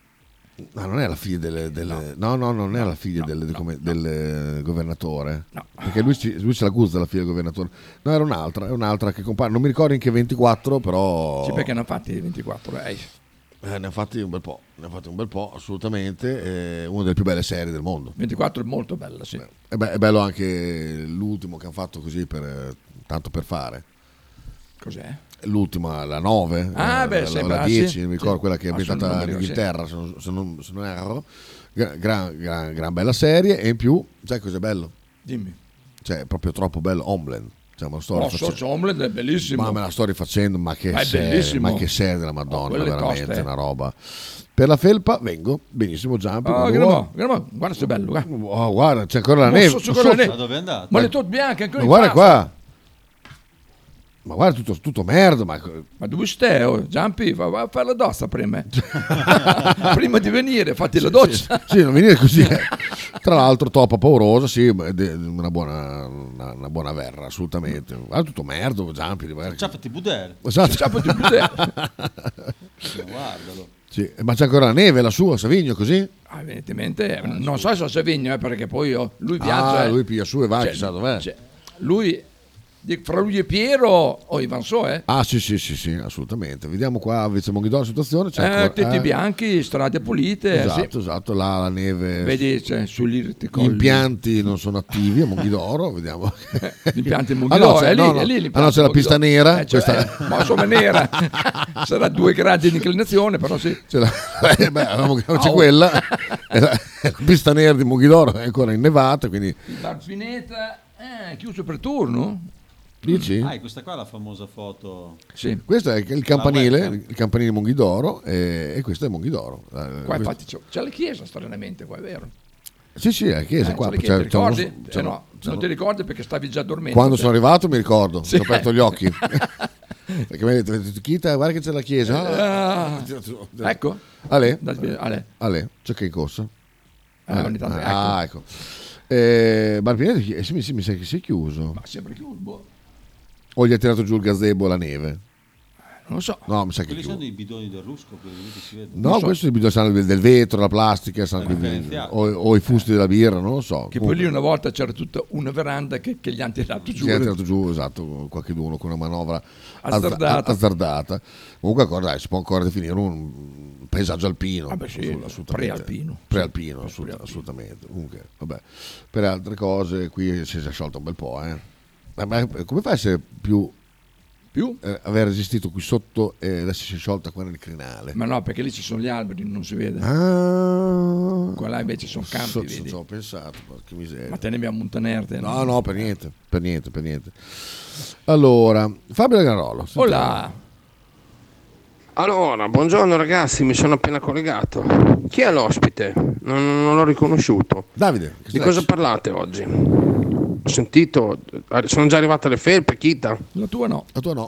No, non è la figlia del, del- no. no, non è la figlia del, del- come- del, eh, governatore. No. Perché lui, ci- lui ce l'accusa la figlia del governatore. No, era un'altra, è un'altra che compare. Non mi ricordo in che ventiquattro, però. Sì, perché ne hanno fatti ventiquattro. Eh. Eh, ne ha fatti un bel po'. Ne ha fatti un bel po', assolutamente. È una delle più belle serie del mondo. ventiquattro è molto bella, sì. E beh, è bello anche l'ultimo che hanno fatto così per eh, tanto per fare. Cos'è? L'ultima, la nove, Ah, eh, beh, la, sembra, la ah, dieci, sì, non mi ricordo sì. quella che è Ah, sono ambientata in numeri, sì. Inghilterra, se non, se non- se non erro. Gra- Gran, gran, gran bella serie, e in più, sai cos'è bello? Dimmi. Cioè, è proprio troppo bello, Homeland. Cioè, me la sto Oh, rifacendo. so, Homeland è bellissimo. Ma me la sto rifacendo, ma che Ma è serie, bellissimo. ma che serie della Madonna, Oh, quelle veramente toste, eh. una roba. Per la felpa vengo, benissimo, Giampi. Oh, quando che vuoi. mo, che mo, guarda se è bello. Guarda. Oh, guarda, c'è ancora la Mo, neve. so- so ancora la sotto. neve. Ma dove è andato? Ma le tute bianche ancora Ma in guarda faccia. qua. Ma guarda, tutto, tutto merda. Ma... Ma dove stai? Oh? Giampi, va, va a fare la doccia prima. Prima di venire, fatti la doccia. Sì, sì, non venire così. eh. Tra l'altro, toppa paurosa, sì, ma è de- una buona, una, una buona verra, assolutamente. Guarda, tutto merda, Giampi. Guarda. Ciappati budel. Esatto. Ciappati budel. Guardalo. Sì, ma c'è ancora la neve, la sua, Savigno, così? Ah, evidentemente, non so se a Savigno, eh, perché poi oh, lui viaggia. Ah, eh. lui piglia su e va, Cioè, chissà dov'è. cioè, lui di- fra lui e Piero o Ivan So, eh? Ah sì sì sì sì, assolutamente. Vediamo qua invece Monghidoro la situazione. C'è Eh, ancora- tetti eh, bianchi, strade pulite. Esatto, sì. esatto, là la neve. Vedi, cioè, sugli Gli colli. impianti non sono attivi a Monghidoro, vediamo. L'impianto in Ah, Monghidoro, no, c'è, è lì, no, no. è lì Ah, l'impianto no, c'è la in pista Monghidoro. nera. Eh, cioè, questa- eh, ma insomma è nera. Sarà due gradi di inclinazione, però sì. C'è, la, eh, beh, avevamo- c'è Oh. quella, è la, è la pista nera di Monghidoro è ancora innevata, quindi Il Barfineta è chiuso per turno. dici? Ah, e questa qua è la famosa foto. Sì. Questo è il La campanile, webcam. il campanile di Monghidoro e, e questo è Monghidoro. Eh, Qua questo- infatti c'è, c'è la chiesa stranamente, qua è vero. Sì, sì, è la chiesa Eh, qua. c'è la chiesa, c'è- ti c'è uno- ricordi? c'è Eh, uno- no, c'è non uno- ti ricordi perché stavi già dormendo. Quando te. sono arrivato mi ricordo, Sì. ho aperto gli occhi. Perché mi ha detto, Chita, guarda che c'è la chiesa. Ah, Ah. ecco. Ale? Da- Ale. Ale, c'è che è in corsa? Ah, ogni tanto, Ah, ecco. Eh, Barbinetti, eh, sì, mi, sì, mi sa che si è chiuso. Ma sempre chiuso. boh. O gli ha tirato giù il gazebo e la neve? Non lo so. No, mi sa che è Quelli chiuso. sono i bidoni del Rusco, quelli che si vedono. No, Non so. questo è il bidone, sanno del, del vetro, la plastica, sanno È che- differenziato. o, o i fusti della birra, non lo so. Che poi lì una volta c'era tutta una veranda che, che gli hanno tirato giù. Si è tirato giù, esatto, qualche uno con una manovra Azzardata. azza- azzardata. Comunque ancora, dai, si può ancora definire un paesaggio alpino. Ah, beh, sì, assolut- assolutamente. prealpino. Prealpino, Sì, assolut- prealpino. assolutamente. Comunque, vabbè. Per altre cose qui si è sciolto un bel po', eh. Ma, ma come fa a essere più... Più? eh, aver resistito qui sotto e adesso si è sciolta qua nel crinale? Ma no, perché lì ci sono gli alberi, non si vede. Ah, Qua là invece sono campi, so- vedi. ci ho pensato, porca miseria. Ma te ne abbiamo montanerte. No, no, per niente, per niente, per niente. Allora, Fabio Lagarolo. Olà. Allora, buongiorno ragazzi, mi sono appena collegato. Chi è l'ospite? Non, non l'ho riconosciuto. Davide. Di cosa parlate oggi? Ho sentito, sono già arrivate le felpe, Chita? La tua no. La tua no.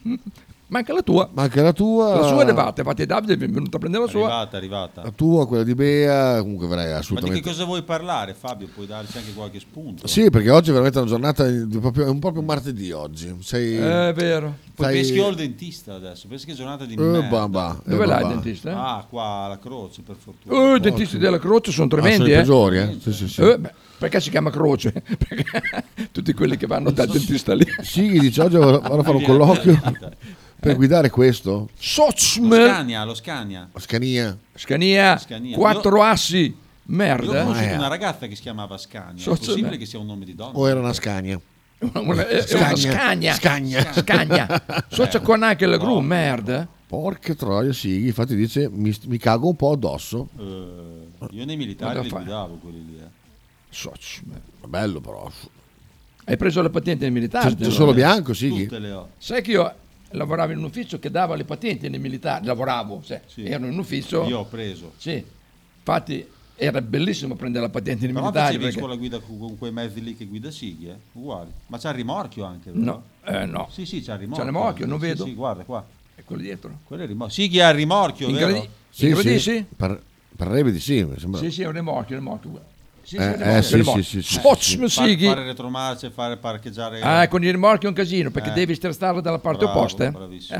Manca la tua. Manca la tua. La sua è elevata, infatti Davide è venuto a prendere la sua. Arrivata, arrivata. La tua, quella di Bea, comunque verrai Ma di assolutamente. che cosa vuoi parlare, Fabio? Puoi darci anche qualche spunto? Sì, perché oggi è veramente una giornata, di- proprio, è un proprio martedì oggi. Sei... È vero. Poi Sai- pensi che ho il dentista adesso, pensi che è giornata di Eh, merda. bah, bah, eh, Dove l'hai bah, il bah. dentista? eh? Ah, qua alla Croce, per fortuna. Oh, i dentisti della Croce sono Ah, tremendi, sono i eh? peggiori, eh? Sì, sì, sì. Eh, beh, perché si chiama Croce? Perché tutti quelli che vanno dal dentista lì. Sì, dice oggi vado vado a fare un colloquio per guidare questo. Socm. Lo Scania, lo Scania. Scania. Scania, Scania. quattro assi. Io ho Merda. conosciuto Eh. una ragazza che si chiamava Scania. So- È possibile che sia un nome di donna? O era una Scania? Una, è Scagna. una scagna. Scagna. Scagna. So c'è con anche la gru, merda. Porca troia, sì, infatti dice mi, mi cago un po' addosso. Eh, io nei militari Cosa li fai? guidavo quelli lì. Eh. Socm. Bello però. Hai preso la patente nei militari? C'è, c'è solo bianco, sì. Tutte le ho. Sai che io lavoravo in un ufficio che dava le patenti nei militari, lavoravo, cioè, Sì. ero in un ufficio. Io ho preso. Sì. Infatti era bellissimo prendere la patente nei Però militari. facevi Perché... scuola guida con con quei mezzi lì che guida Sighi, eh? Uguali. Ma c'ha il rimorchio anche, vero? No, eh, no. Sì, sì, c'ha il rimorchio. C'ha il rimorchio, non Sì, vedo. Sì, guarda qua. È quello dietro. Quello è il rimorchio. Sighi ha il rimorchio, Ingradi- vero? Sì, Ingradisci? sì. Par- parrebbe di sì, mi sembra. Sì, sì, è un rimorchio, un rimorchio. Sì, sì, Eh, un eh, rimorchio, sì, un rimorchio. sì, sì, sì, Socm, Far- Sighi. Fare retromarce, fare parcheggiare. Ah, con il rimorchio è un casino perché Eh. devi stare dalla parte Bravo, opposta. Eh. bravissimo. Eh.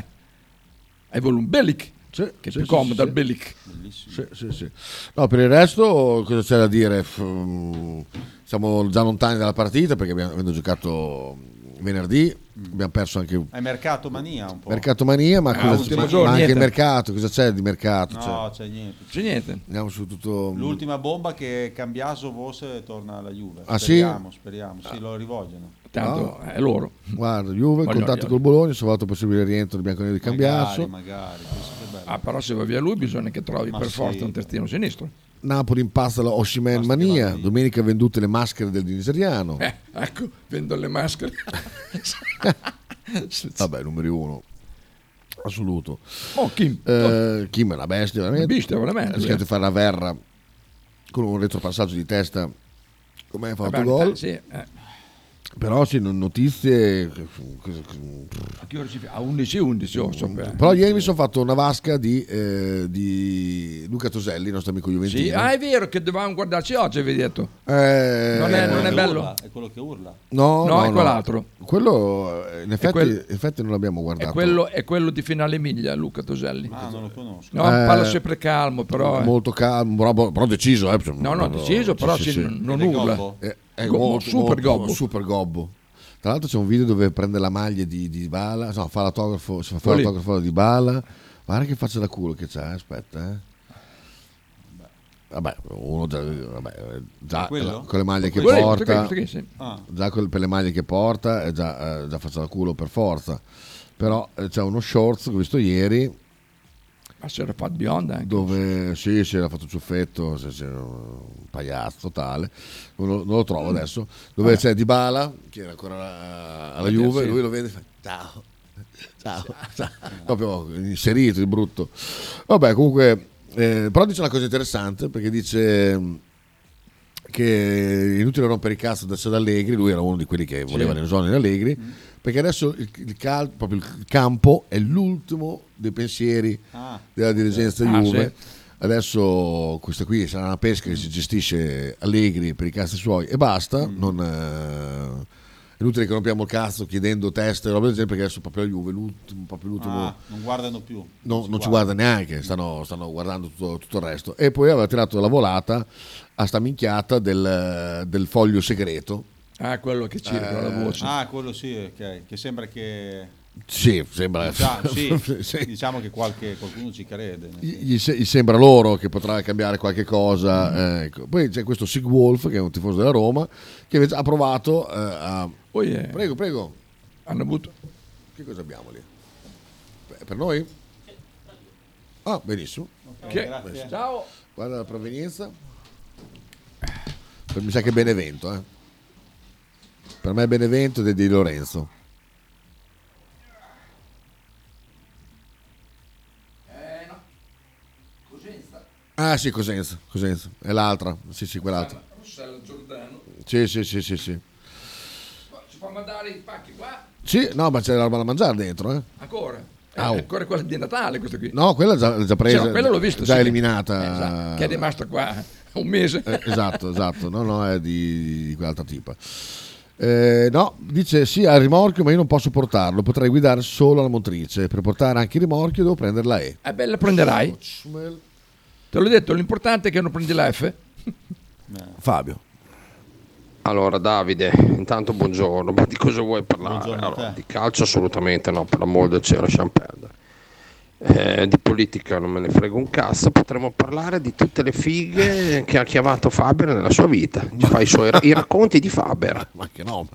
Hai voluto un Bellic, Sì, che è sì, più sì, comodo sì, il Bellic. Bellissimo. Sì, sì, sì. No, per il resto cosa c'è da dire? F- mm, Siamo già lontani dalla partita perché abbiamo avendo giocato venerdì, abbiamo perso anche È mercato mania un po'. mercato mania, ma, Ah, cosa- ultimo ma- giorno, ma anche il niente. mercato, cosa c'è di mercato? No, Cioè, c'è niente. C'è niente. andiamo su tutto. L'ultima bomba che Cambiaso forse torna alla Juve. Ah, sì? speriamo, speriamo, sì, lo rivogliono. Tanto è loro. Guarda, Juve, Voglio- contatto col Bologna, se volete possibile rientro di Bianconero di Cambiasso. Magari, magari, penso che è bello. Ah, però se va via lui bisogna che trovi Ma per sì. forza un terzino sinistro. Napoli impasta la Oshimen Basta che mania, vada via. domenica vendute le maschere del nigeriano. Eh, ecco, vendo le maschere. Vabbè, numero uno. Assoluto. Oh, Kim. Eh, Kim è una bestia, veramente. Una bestia, veramente, Ha rischiato eh. di fare la verra con un retropassaggio di testa. Come ha fatto Vabbè, gol? eh, sì, eh. Però sì, non- notizie. A che ora ci fa? A undici undici. Oh, so per- Però ieri mi sono fatto una vasca di, eh, di Luca Toselli, il nostro amico juventino. Sì, ah, è vero che dovevamo guardarci oggi, avevi detto. Eh, Non è- non è Che bello? urla, È quello che urla. No, No, no, è no. quell'altro. Quello, eh, in effetti, quel- in effetti non l'abbiamo guardato. È quello, è quello di Finale Miglia, Luca Toselli. Ah, non lo conosco. No, Eh, parla sempre calmo, però. eh. Molto calmo, però, però deciso. Eh. No, no, deciso, però sì, sì, sì. non Ed è urla. gobbo? È, è Go- molto, super molto- gobbo. super gobbo. Tra l'altro c'è un video dove prende la maglia di, di Dybala, no, fa l'autografo, si fa Quelli. l'autografo di Dybala. Guarda che faccia da culo che c'ha, aspetta, eh. Vabbè, uno già, vabbè, già Quello? con le maglie che Quello? porta, Questo qui, sì. Ah. già con, per le maglie che porta è già, eh, già faccia da culo per forza. Però eh, c'è uno shorts che ho visto ieri. Ma si era fatto bionda anche. Dove sì, si era fatto ciuffetto, se, se, un pagliazzo totale, non lo, non lo trovo adesso. Dove Ah. c'è Dybala, che era ancora alla, alla Ah, Juve, sì. lui lo vede e fa ciao, ciao, ciao. Proprio inserito, di brutto. Vabbè, comunque, eh, però dice una cosa interessante, perché dice che è inutile rompere il cazzo da Ced Allegri, lui era uno di quelli che voleva Sì. le zone in Allegri, Mm. perché adesso il, il, cal- proprio il campo è l'ultimo dei pensieri Ah. della dirigenza Ah, Juve. sì. Adesso questa qui sarà una pesca che si gestisce Allegri per i cazzi suoi e basta. Mm. Non, eh, è inutile che rompiamo il cazzo chiedendo test e roba del genere, perché adesso proprio la Juve l'ultimo, proprio l'ultimo Ah, non guardano più. no, si non ci guarda neanche, stanno, stanno guardando tutto, tutto il resto. E poi aveva tirato la volata a sta minchiata del, del foglio segreto. Ah, quello che circola la voce. Ah, quello sì, ok. Che sembra che... Sì, sembra. Diciamo, sì, Sì. diciamo che qualche, qualcuno ci crede. Gli, se- gli sembra loro che potrà cambiare qualche cosa. eh, ecco. Poi c'è questo Sig Wolf, che è un tifoso della Roma, che invece ha provato eh, a. Poi eh, Prego, prego. hanno avuto. Che cosa abbiamo lì? Beh, per noi? Ah, benissimo. Ok, Che- grazie. Ciao. Guarda la provenienza. Mi sa che è Benevento, eh. Per me è Benevento ed è di Lorenzo. Ah sì, Cosenza, Cosenza. È l'altra, sì sì, quell'altra. Rossella Giordano. Sì, sì, sì, sì, sì. Ci fa mandare i pacchi qua? Sì, no, ma c'è la roba da mangiare dentro, eh. Ancora? È Au. ancora quella di Natale questa qui. No, quella è già, è già presa, Sì, no, quella l'ho vista, già sì. eliminata. Eh, esatto, che è rimasta qua un mese. Eh, esatto, esatto, no, no, è di, di quell'altra tipa. Eh, no, dice sì al rimorchio, ma io non posso portarlo, potrei guidare solo la motrice. Per portare anche il rimorchio devo prendere la E. Eh beh, la prenderai. Te l'ho detto, l'importante è che non prendi la F. Fabio. Allora Davide, intanto buongiorno, ma di cosa vuoi parlare? Buongiorno a Allora, te. di calcio assolutamente no, per l'amor del cielo lasciamo perdere. Eh, di politica non me ne frega un cazzo, potremmo parlare di tutte le fighe che ha chiamato Faber nella sua vita. Ci fa i suoi i racconti di Faber. Ma che no?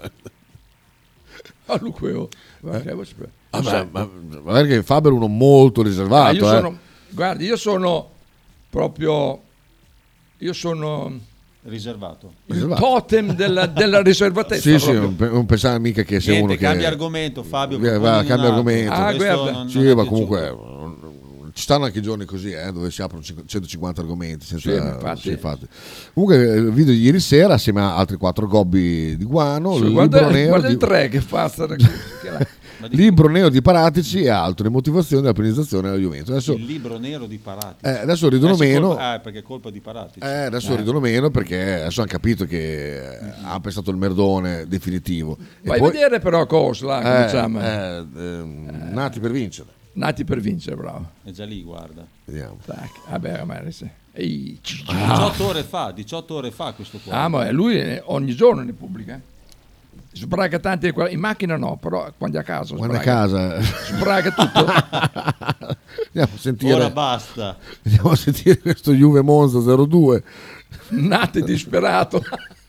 Ah, Luqueo. Guarda, Vabbè, ma, ma perché Faber è uno molto riservato. Ah, io eh. sono, guardi, io sono proprio, io sono Riservato. il totem della, della riservatezza. Sì, sì, proprio. non, pe- non pensare mica che sia Niente, uno che cambia argomento, Fabio. Via, proponi va, un cambia altro. argomento. Ah, Questo guarda. non- Sì, non è ma piaciuto. comunque ci stanno anche giorni così, eh, dove si aprono cinque- centocinquanta argomenti. Senza, Sì, infatti. sì, infatti. Comunque, il video di ieri sera, assieme a altri quattro gobbi di guano, Sì, il guarda, libro nero guarda di, il tre che fa. sta- libro nero di Paratici e altro, le motivazioni della penalizzazione della Juventus. Adesso, Il libro nero di Paratici. eh, adesso ridono Eh, sì, meno. colpa- eh, perché è colpa di Paratici. Eh, adesso Eh. ridono meno perché adesso hanno capito che eh, ha pensato il merdone definitivo. E Vai poi- a vedere però cosa là, che Eh, diciamo. eh, ehm, nati per vincere. Nati per vincere, bravo. È già lì, guarda. Vediamo. Tac, vabbè, ma adesso- Ehi, c- c- diciotto ore fa, diciotto ore fa questo qua. Ah, ma lui eh, ogni giorno ne pubblica. Sbraga tanti qua- in macchina no, però quando è a casa Quando è a sbraga. casa. Sbraga tutto. Andiamo a sentire. Ora basta. Andiamo a sentire questo Juve Monza zero due. Nato e disperato.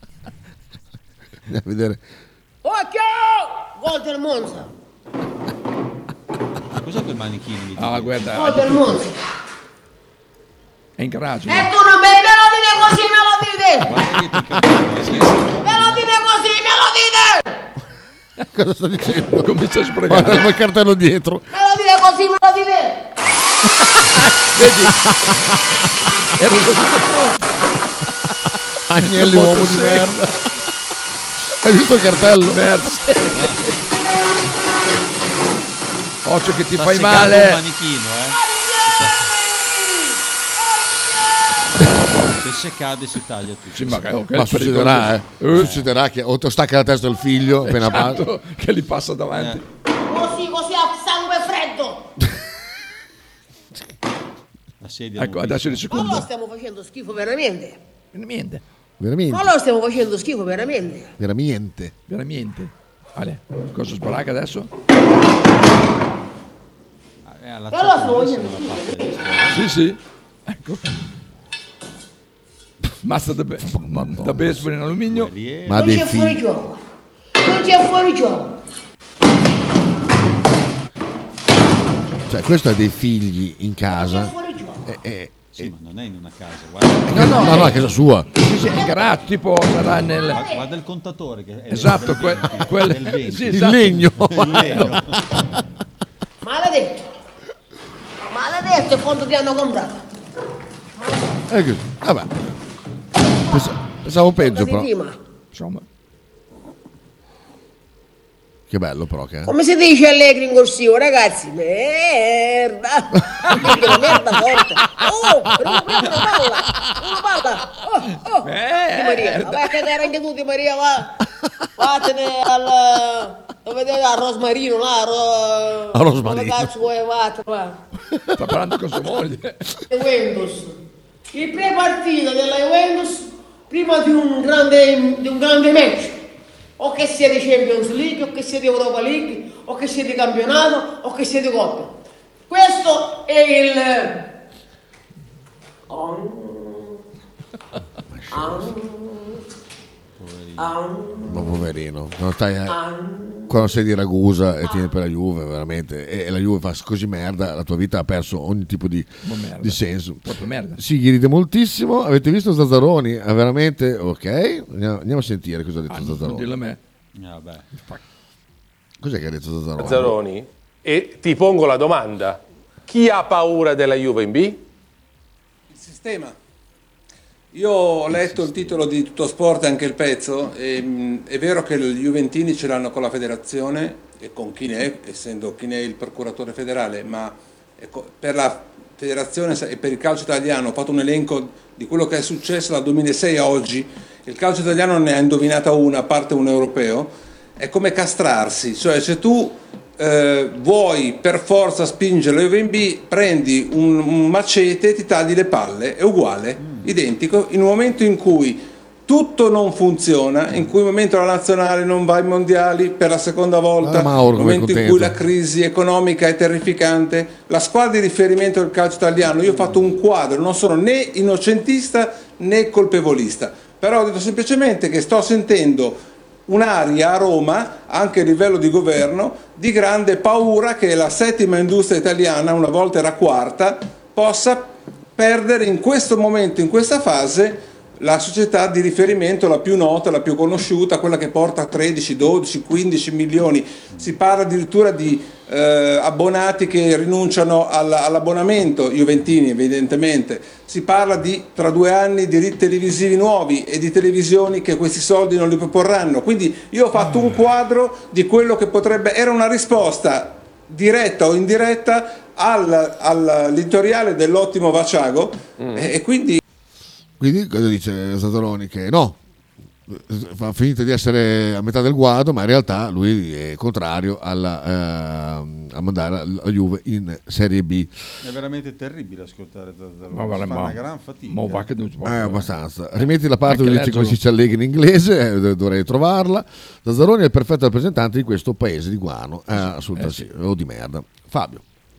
Andiamo a vedere. Occhio! Gol del Monza! Cos'è quel manichino lì? Ah, guarda. Gol del Monza! È in garage. E tu non me, me lo dite così, me lo dite! Me lo dite così, me lo dite! Cosa sta dicendo? Comincia a sbregare. Guarda il cartello dietro. Me lo dite così, me lo dite! Vedi? Era tutto pronto. Agnelli uomo di merda. Hai visto il cartello? Merda. Occhio che ti Sta fai seccando male. un manichino, eh. Se se cade si taglia tutto. Sì, ma, oh, che Ma è succederà, eh. pericoloso. Succederà che o ti stacca la testa del figlio appena Esatto, passa. che gli passa davanti. Così, così a sangue freddo! La sedia Ecco, non adesso di Ma secondo. lo stiamo facendo schifo veramente! Veramente. Veramente. Ma lo stiamo facendo schifo veramente! Veramente. Veramente. Ale, cosa sbracca adesso? Eh, alla Però la chat soglia. della parte destra. Sì, sì. Ecco. Mazza da, be- da baseball in alluminio. Ma Non dei c'è fuori figli. gioco. Non c'è fuori gioco. Cioè, questo ha dei figli in Non c'è casa. fuori gioco. E, e- Sì, ma non è in una casa, guarda. No, no, no, no, è casa sua. Sì, sì, in garage, tipo sarà nel... Guarda, guarda il contatore che è Esatto, del que- venti, quel- del venti. sì, Il esatto. legno. Il legno. Maledetto. Maledetto è quanto ti hanno comprato. È così. Vabbè. Pens- Pensavo peggio, però. Prima. Insomma. Che bello, però. Che è. Come si dice allegri in corsivo, ragazzi? Merda! Perché la merda forte! Oh! Prima prima una palla! Una palla! Oh! Oh! Di Maria! Vai a cagare anche tu, Di Maria, va! Vattene al... dove vedi a Rosmarino, là! Ro... A Rosmarino. Dove cazzo vuoi, vattene, va! Sta parlando con sua moglie. Juventus. Il pre-partita della Juventus prima di un grande, di un grande match. O che sia di Champions League, o che sia di Europa League, o che sia di campionato, o che sia di Coppa. Questo è il... Oh. Oh. Ma poverino. Quando, stai, eh, Ah. quando sei di Ragusa e tieni per la Juve, veramente, e la Juve fa così merda, la tua vita ha perso ogni tipo di, Ma merda. di senso. Proprio merda. Sì, gli ride moltissimo. Avete visto Zazzaroni? Ah, veramente? Ok. Andiamo, andiamo a sentire cosa ha detto Ah, non Zazzaroni. dirlo a me. Eh, vabbè. Cos'è che ha detto Zazzaroni? Mazzaroni, e ti pongo la domanda: chi ha paura della Juve in B? Il sistema. Io ho letto il titolo di Tutto Sport e anche il pezzo, e, mh, è vero che gli Juventini ce l'hanno con la federazione e con Chinè, essendo Chinè il procuratore federale, ma ecco, per la federazione e per il calcio italiano ho fatto un elenco di quello che è successo dal duemilasei a oggi. Il calcio italiano ne ha indovinata una, a parte un europeo, è come castrarsi, cioè se tu eh, vuoi per forza spingere la Juve in B, prendi un, un macete e ti tagli le palle, è uguale, mm. identico, in un momento in cui tutto non funziona, in cui il momento la nazionale non va ai mondiali per la seconda volta, Ah, Mauro, nel momento in contento. cui la crisi economica è terrificante, la squadra di riferimento del calcio italiano, io ho fatto un quadro, non sono né innocentista né colpevolista, però ho detto semplicemente che sto sentendo un'aria a Roma, anche a livello di governo, di grande paura che la settima industria italiana, una volta era quarta, possa perdere in questo momento, in questa fase, la società di riferimento, la più nota, la più conosciuta, quella che porta tredici, dodici, quindici milioni. Si parla addirittura di eh, abbonati che rinunciano all- all'abbonamento, juventini evidentemente. Si parla di, tra due anni, diritti televisivi nuovi e di televisioni che questi soldi non li proporranno. Quindi io ho fatto un quadro di quello che potrebbe... Era una risposta diretta o indiretta al, all'editoriale dell'ottimo Vaciago Mm. e, e quindi... Quindi cosa dice Zazzaroni? Che no, fa finta di essere a metà del guado, ma in realtà lui è contrario alla, eh, a mandare la Juve in Serie B. È veramente terribile ascoltare Zazzaroni, Ma guarda, fa ma- una gran fatica. ma va che non si può Eh, fare. abbastanza. Rimetti la parte Anche dove dice come leggerlo. si allegri in inglese, eh, dovrei trovarla. Zazzaroni è il perfetto rappresentante di questo paese di guano, eh, assolutamente sì, o di merda. Fabio.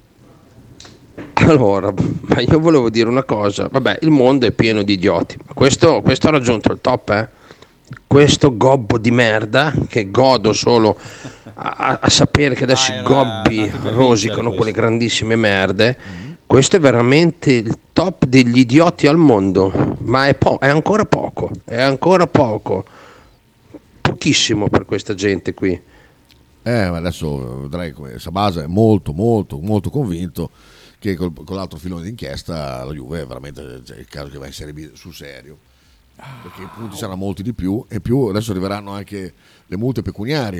Allora, ma io volevo dire una cosa, vabbè, il mondo è pieno di idioti, ma questo, questo ha raggiunto il top, eh? Questo gobbo di merda, che godo solo a, a- a sapere che adesso Ah, i era gobbi nato per rosicano vincere quelle questo. grandissime merde, questo è veramente il top degli idioti al mondo, ma è, po- è ancora poco, è ancora poco, pochissimo per questa gente qui. Eh, ma adesso vedrai come Sabasa è molto, molto, molto convinto che col- con l'altro filone d'inchiesta la Juve è veramente, cioè, il caso che va in Serie B sul serio, perché i punti saranno molti di più e più adesso arriveranno anche le multe pecuniarie.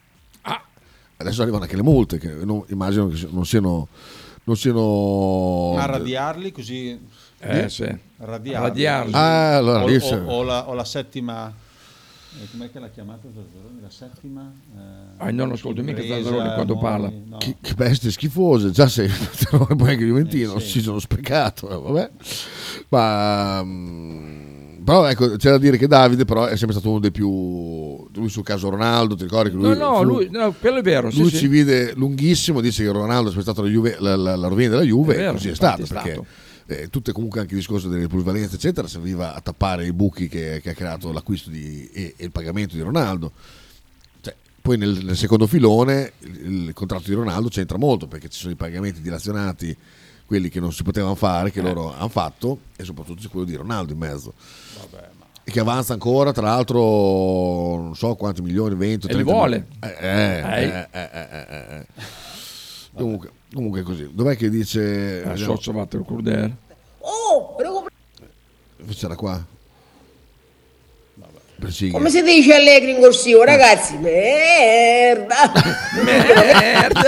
Adesso arrivano anche le multe che non- immagino che non siano non siano Ma radiarli così... Eh, sì. Radiarli. Radiarli. Ah, allora, o, lì o- se- o la, o la settima... eh, com'è che l'ha chiamata Zazzaroni? La settima? Eh, Ah, non ascolto mica impresa, Zazzaroni quando nuovi- parla. no. Che, che bestie schifose, già sei poi anche Juventino Eh, sì. si sono sprecato, eh, vabbè. Ma mm, Però ecco, c'è da dire che Davide però è sempre stato uno dei più, lui sul caso Ronaldo, ti ricordi che lui, No, no, fu- lui, no, quello è vero. sì, lui sì. ci vide lunghissimo, dice che Ronaldo è stato la, Juve, la, la, la rovina della Juve, È vero, e così è infatti stato, è perché stato. eh, tutte comunque anche il discorso delle plusvalenze eccetera serviva a tappare i buchi che, che ha creato l'acquisto di, e, e il pagamento di Ronaldo. Cioè, poi nel, nel secondo filone il, il contratto di Ronaldo c'entra molto, perché ci sono i pagamenti dilazionati, quelli che non si potevano fare, che Eh. loro hanno fatto, e soprattutto c'è quello di Ronaldo in mezzo. Vabbè, ma... E che avanza ancora, tra l'altro, non so quanti milioni, venti, E li trenta vuole. Eh, eh, Eh. eh, eh, eh, eh, eh. Comunque, comunque è così. Dov'è che dice... Eh, vediamo. so, fatto il Curdere. Oh, recupera- C'era qua. Persighe. come si dice allegri in corsivo, ragazzi? Merda! Merda!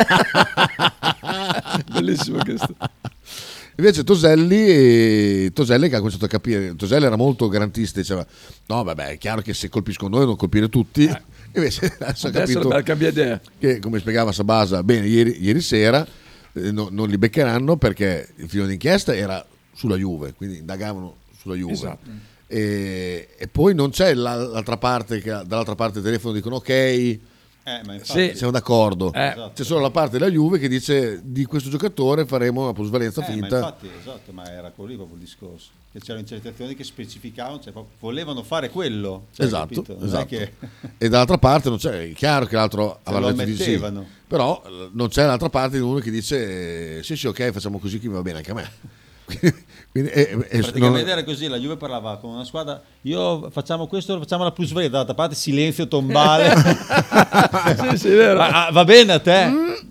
Bellissimo questo. Invece Toselli, Toselli che ha cominciato a capire, Toselli era molto garantista, diceva no vabbè è chiaro che se colpiscono noi non colpire tutti, Eh. invece adesso ha Adesso capito cambia idea. che, come spiegava Sabasa bene ieri, ieri sera, eh, no- non li beccheranno perché il filone d'inchiesta era sulla Juve, quindi indagavano sulla Juve. Esatto. E, e poi non c'è la- l'altra parte che dall'altra parte del telefono dicono ok, Eh, ma infatti, siamo d'accordo. Eh. Esatto. C'è solo la parte della Juve che dice di questo giocatore faremo una plusvalenza Eh, ma finta. infatti, esatto, ma era quello lì proprio il discorso. Che c'erano intercettazioni che specificavano, cioè proprio volevano fare quello. Cioè, Esatto, capito? Non è esatto. che- E dall'altra parte non c'è, è chiaro che l'altro Se avrà lo detto di sì, ammettevano. però eh, non c'è l'altra parte di uno che dice sì sì ok facciamo così che mi va bene anche a me. Quindi, e- e- Praticamente non- era così, la Juve parlava con una squadra, io facciamo questo, facciamo la plusvalenza, dall'altra parte silenzio tombale. Sì, sì, è vero. Ma, ah, va bene a te?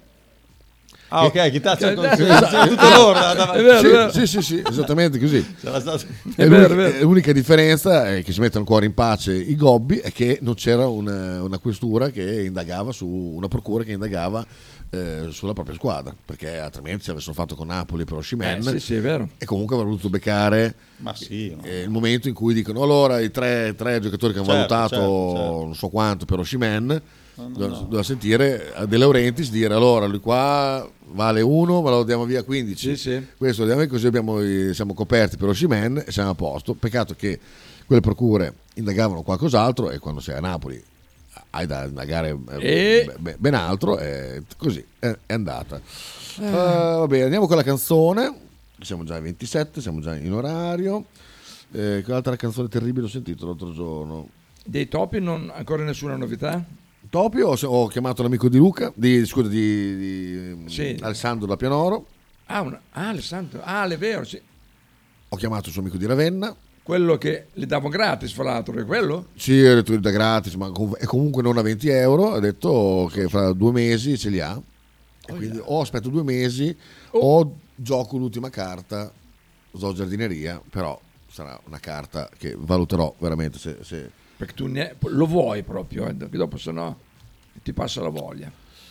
Ah ok, chi taccia il consenso? Esatto. Tutto loro. È vero, sì, è vero. sì, sì, sì, esattamente così. Sarà stato- E È l'unica, vero, è vero. e l'unica differenza è che si mettono ancora in pace i gobbi è che non c'era una, una questura che indagava su una procura che indagava eh, sulla propria squadra, perché altrimenti se avessero fatto con Napoli per Osimhen Eh, sì, sì, è vero. e comunque avrebbero voluto beccare Ma sì, no. eh, il momento in cui dicono allora i tre, tre giocatori che hanno Certo, valutato certo, certo. non so quanto per Osimhen No, no, doveva, no. doveva sentire a De Laurentiis dire allora lui qua vale uno ma lo diamo via quindici, Sì, sì. questo lo diamo via, così abbiamo, i- siamo coperti per Osimhen e siamo a posto. Peccato che quelle procure indagavano qualcos'altro e quando sei a Napoli hai da indagare eh, E- be- ben altro e così è, è andata. Eh, va bene, andiamo con la canzone. Siamo già ai ventisette, siamo già in orario. Eh, che altra canzone terribile ho sentito l'altro giorno? Dei topi non ancora nessuna novità? Topi ho, ho chiamato l'amico di Luca, di, scusa, di, di Sì. Alessandro da Pianoro. Ah, una- ah, Alessandro, ah, è vero, sì. Ho chiamato il suo amico di Ravenna. Quello che le davo gratis, fra l'altro, è quello? Sì, ho detto da gratis, ma com- è comunque non a venti euro. Ha detto che fra due mesi ce li ha. E quindi o aspetto due mesi o gioco l'ultima carta, so giardineria, però sarà una carta che valuterò veramente se... se... Perché tu ne- lo vuoi proprio, eh, che dopo se no ti passa la voglia.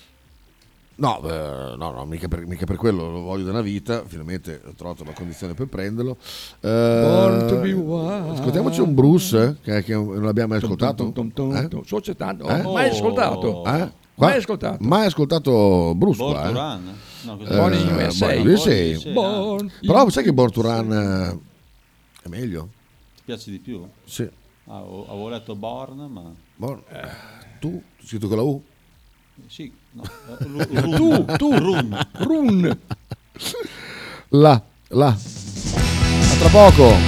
No, eh, no, no, mica per, mica per quello, lo voglio da una vita, finalmente ho trovato la condizione per prenderlo. Eh, Born to be wild. ascoltiamoci un Bruce, eh, che, che non l'abbiamo mai ascoltato. Tom, tom, tom, Eh? tom. Società, Eh? mai ascoltato. Eh? Qua? Mai ascoltato. Mai ascoltato Bruce Born qua, to eh? Run? No, cos'è? Born in U S A. Born in U S A. Born in U S A. Born Però in- sai che Born to Run eh, è meglio? Ti piace di più? Sì. Ah, ho- avevo letto Born, ma... Born- Tu? Scritto con la U? Sì, no. eh, Ru- Run. Tu, tu, Run. Run. Là, là. A tra poco.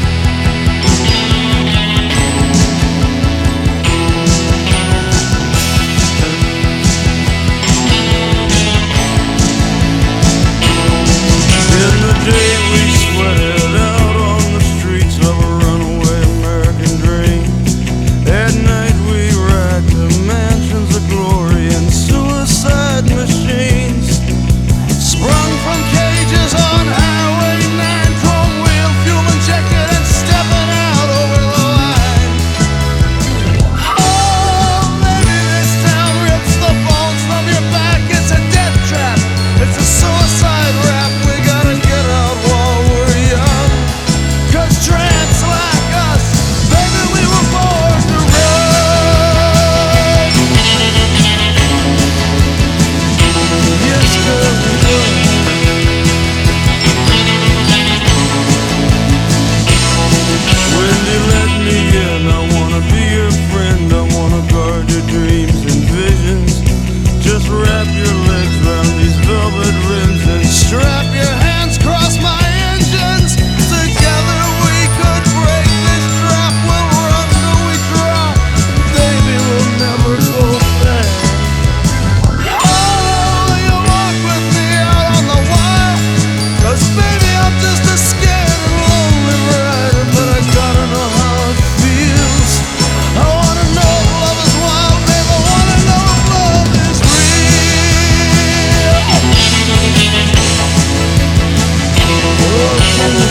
In the day we sweated out on the streets of a runaway American dream. At night we racked the mansions of glory and suicide machines. Sprung from cages on Highway nine, chrome wheel, fuel injected and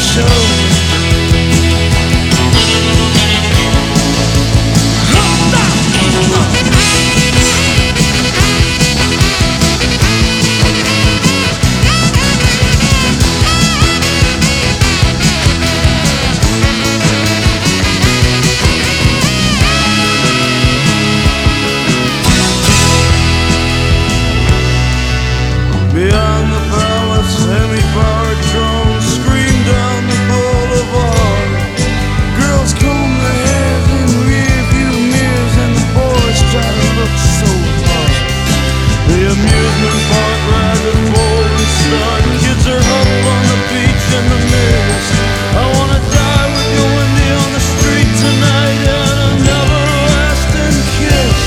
Beyond the palace, semi-powered drones scream down the boulevard. Girls comb their hair in rearview mirrors, and the boys try to look so hard. The amusement park rides are full and start. Kids are huddled on the beach in the mirrors. I wanna die with you, Wendy, on the street tonight, and an everlasting kiss.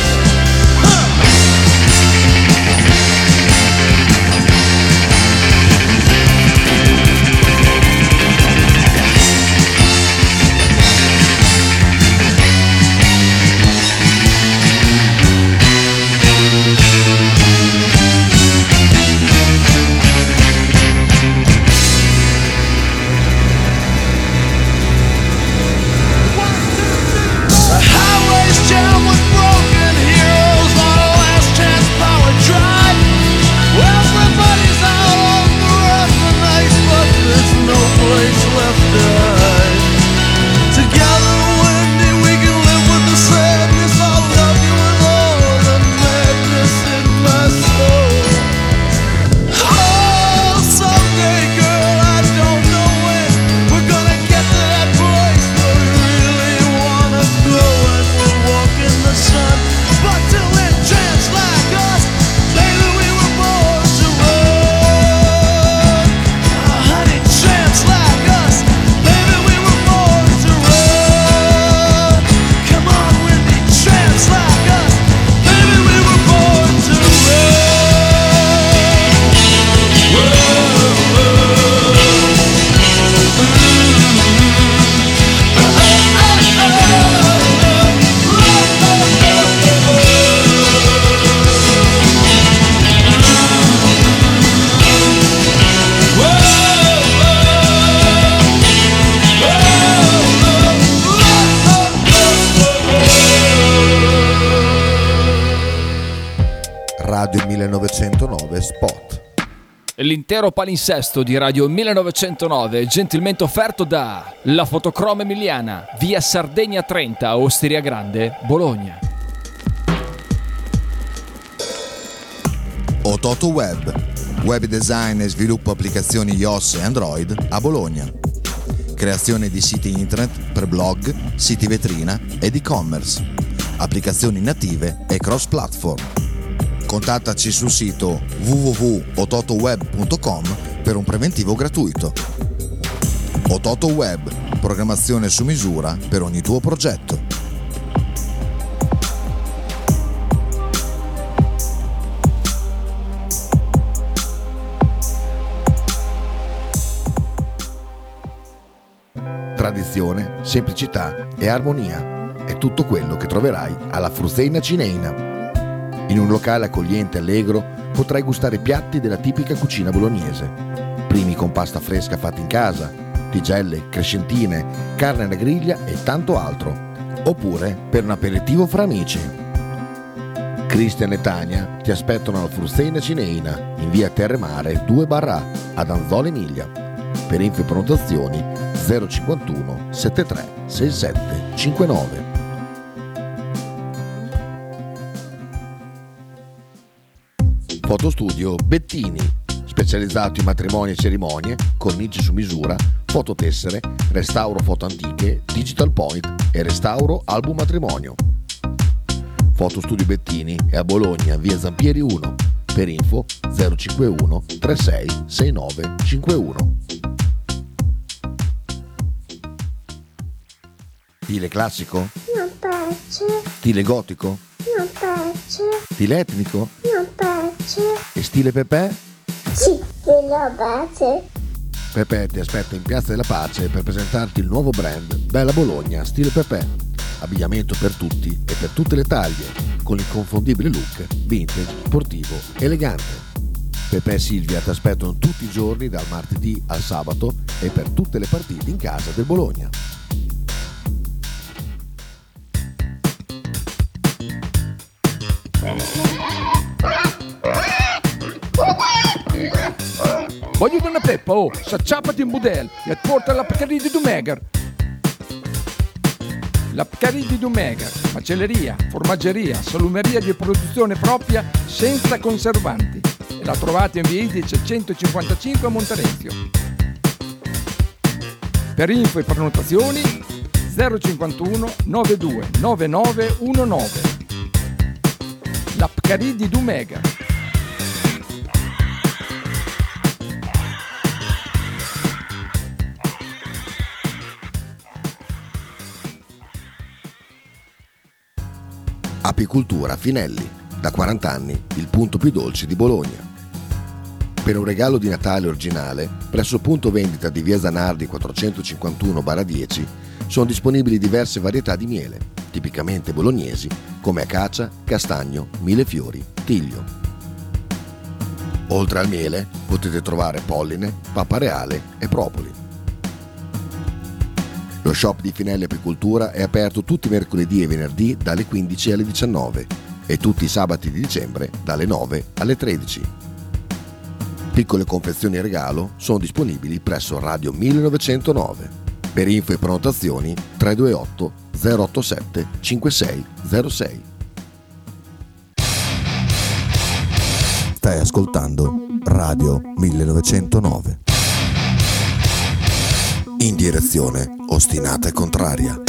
Radio millenovecentonove Spot. L'intero palinsesto di Radio millenovecentonove gentilmente offerto da La Fotocroma Emiliana, via Sardegna trenta, Osteria Grande, Bologna. Ototo Web, web design e sviluppo applicazioni iOS e Android a Bologna. Creazione di siti internet per blog, siti vetrina ed e-commerce, applicazioni native e cross-platform. Contattaci sul sito w w w punto ototoweb punto com per un preventivo gratuito. Ototo Web, programmazione su misura per ogni tuo progetto. Tradizione, semplicità e armonia è tutto quello che troverai alla Fruzeina Cineina. In un locale accogliente e allegro potrai gustare piatti della tipica cucina bolognese. Primi con pasta fresca fatta in casa, tigelle, crescentine, carne alla griglia e tanto altro. Oppure per un aperitivo fra amici. Cristian e Tania ti aspettano alla Fruzeina Cineina in via Terremare due barra A ad Anzola Emilia. Per info e prenotazioni zero cinquantuno settantatré sessantasette cinquantanove. Fotostudio Bettini, specializzato in matrimoni e cerimonie, cornici su misura, fototessere, restauro foto antiche, digital point e restauro album matrimonio. Fotostudio Bettini è a Bologna, via Zampieri uno. Per info zero cinquantuno trentasei sessantanove cinquantuno. Stile classico? Non piace. Stile gotico? Non piace. Stile etnico? Non piace. E stile Pepe? Sì, non piace. Pepe ti aspetta in Piazza della Pace per presentarti il nuovo brand Bella Bologna Stile Pepe. Abbigliamento per tutti e per tutte le taglie, con l'inconfondibile look vintage, sportivo, elegante. Pepe e Silvia ti aspettano tutti i giorni dal martedì al sabato e per tutte le partite in casa del Bologna. Voglio una peppa, oh, s'acciappati in budel e porta la Pcaridi di Dumegar. La Pcaridi di Dumegar, macelleria, formaggeria, salumeria di produzione propria senza conservanti. E la trovate in via Idice centocinquantacinque a Monterezio. Per info e prenotazioni zero cinquantuno novantadue novantanove diciannove. La Pcaridi di Dumegar. Apicoltura Finelli, da quaranta anni il punto più dolce di Bologna. Per un regalo di Natale originale, presso il punto vendita di via Zanardi quattrocentocinquantuno dieci sono disponibili diverse varietà di miele, tipicamente bolognesi, come acacia, castagno, millefiori, tiglio. Oltre al miele potete trovare polline, pappa reale e propoli. Lo shop di Finelli Apicoltura è aperto tutti i mercoledì e venerdì dalle quindici alle diciannove e tutti i sabati di dicembre dalle nove alle tredici. Piccole confezioni e regalo sono disponibili presso Radio millenovecentonove. Per info e prenotazioni tre due otto zero otto sette cinque sei zero sei. Stai ascoltando Radio millenovecentonove. In direzione ostinata e contraria.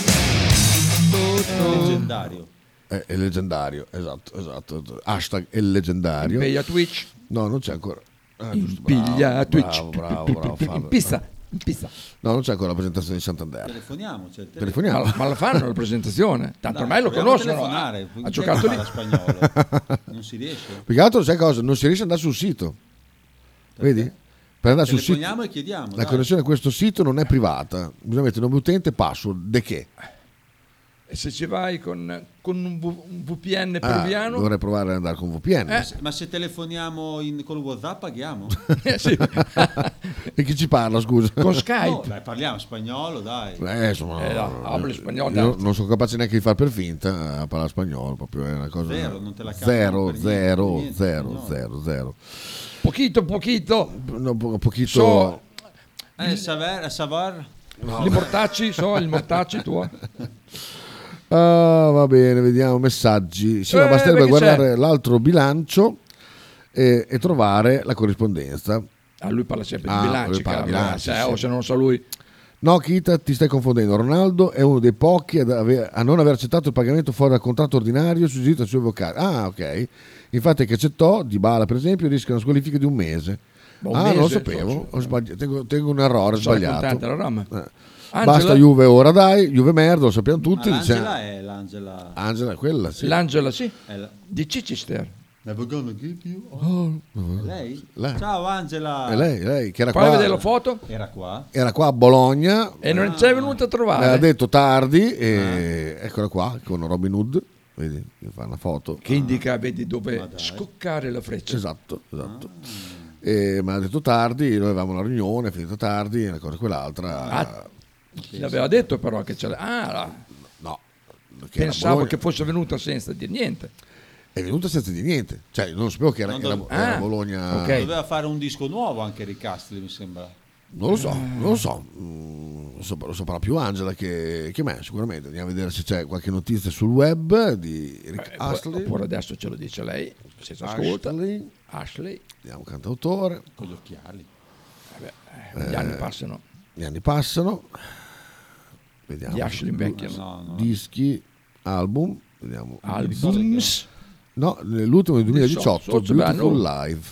Leggendario. È, è leggendario, esatto, esatto. Hashtag è leggendario. Impegna Twitch. No, non c'è ancora. Ah, giusto, Impiglia bravo, Twitch. Bravo, bravo, bravo, Fabio. In pista, in pista. No, non c'è ancora la presentazione di Santander. Telefoniamo, cioè, tele- Telefoniamo. Ma, ma la fanno la presentazione? Tanto Dai, ormai lo proviamo a conoscono. telefonare. Ha, Chi ha giocato lì. parla spagnolo? Non si riesce. Più che altro sai cosa? Non si riesce ad andare sul sito. Vedi? Per andare sul sito. Telefoniamo e chiediamo. La dai. connessione a questo sito non è privata. Bisogna mettere nome utente e password. De che? E se ci vai con, con un, v, un V P N Ah, peruviano? dovrei provare ad andare con V P N. Ma se- Ma se telefoniamo in, col WhatsApp paghiamo? Eh, sì. E chi ci parla, scusa? Con Skype. No, dai, parliamo spagnolo, dai. Eh, insomma, Eh, no, hablo spagnolo, io dai. non sono capace neanche di far per finta a parlare spagnolo, proprio è una cosa Zero, non te la cavano zero, per niente, zero, niente, zero, no. zero, zero. Pochito, pochito. No, po- pochito. So, Eh, saver, savar. Gli mortacci, so, gli mortacci tuoi. Ah, va bene, vediamo messaggi. Sì, ma Eh, basterebbe perché guardare c'è? l'altro bilancio e, e trovare la corrispondenza. Ah, lui parla sempre Ah, di lui bilanci, parla caro, di bilanci, eh, sì. o se non lo sa lui. No, Kita, ti stai confondendo. Ronaldo è uno dei pochi ad ave- a non aver accettato il pagamento fuori dal contratto ordinario suggerito dai suoi avvocati. Ah, ok. Infatti che accettò, Dybala per esempio, rischia una squalifica di un mese. Un ah, mese, non lo sapevo. so- Ho sbagli- tengo, tengo un errore, ho Sono sbagliato. contenta la Roma. Eh. Angela? Basta Juve ora, dai. Juve merda, lo sappiamo tutti. Ma dice- l'Angela è l'Angela. Angela è quella, sì. L'Angela, sì. È la- Di Chichester. Never gonna give you all. Oh, È lei? lei. Ciao Angela. È lei, lei che era Fai qua, vedere la foto. Era qua? era qua a Bologna. E non ci è venuta a Mi trovare. ha detto tardi e eccola qua con Robin Hood. Vedi, mi fa una foto. Che indica, vedi, dove scoccare la freccia. Esatto, esatto. E mi ha detto tardi, noi avevamo una riunione, è finita tardi, una cosa e quell'altra. Ah, l'aveva detto però che ce l'ha. Ah, là. No. che era Pensavo Bologna. che fosse venuta senza dire niente. È venuta senza di niente. Cioè, non sapevo che era, Non era, dove- era Ah, Bologna. ok. Doveva fare un disco nuovo anche Ricastli, mi sembra. Non lo so, non lo so. Mm, Lo, so lo saprà più Angela che, che me, sicuramente. Andiamo a vedere se c'è qualche notizia sul web di Rick Eh, Astley. Oppure adesso ce lo dice lei, se si ascolta. Ashley. Ashley. Vediamo cantautore. Con gli occhiali. Eh, gli anni passano. Gli anni passano. Vediamo. Gli Ashley invecchiano. No, no. Dischi, album. Vediamo. Albums. No, l'ultimo del duemiladiciotto, So- so- Beautiful no. Live.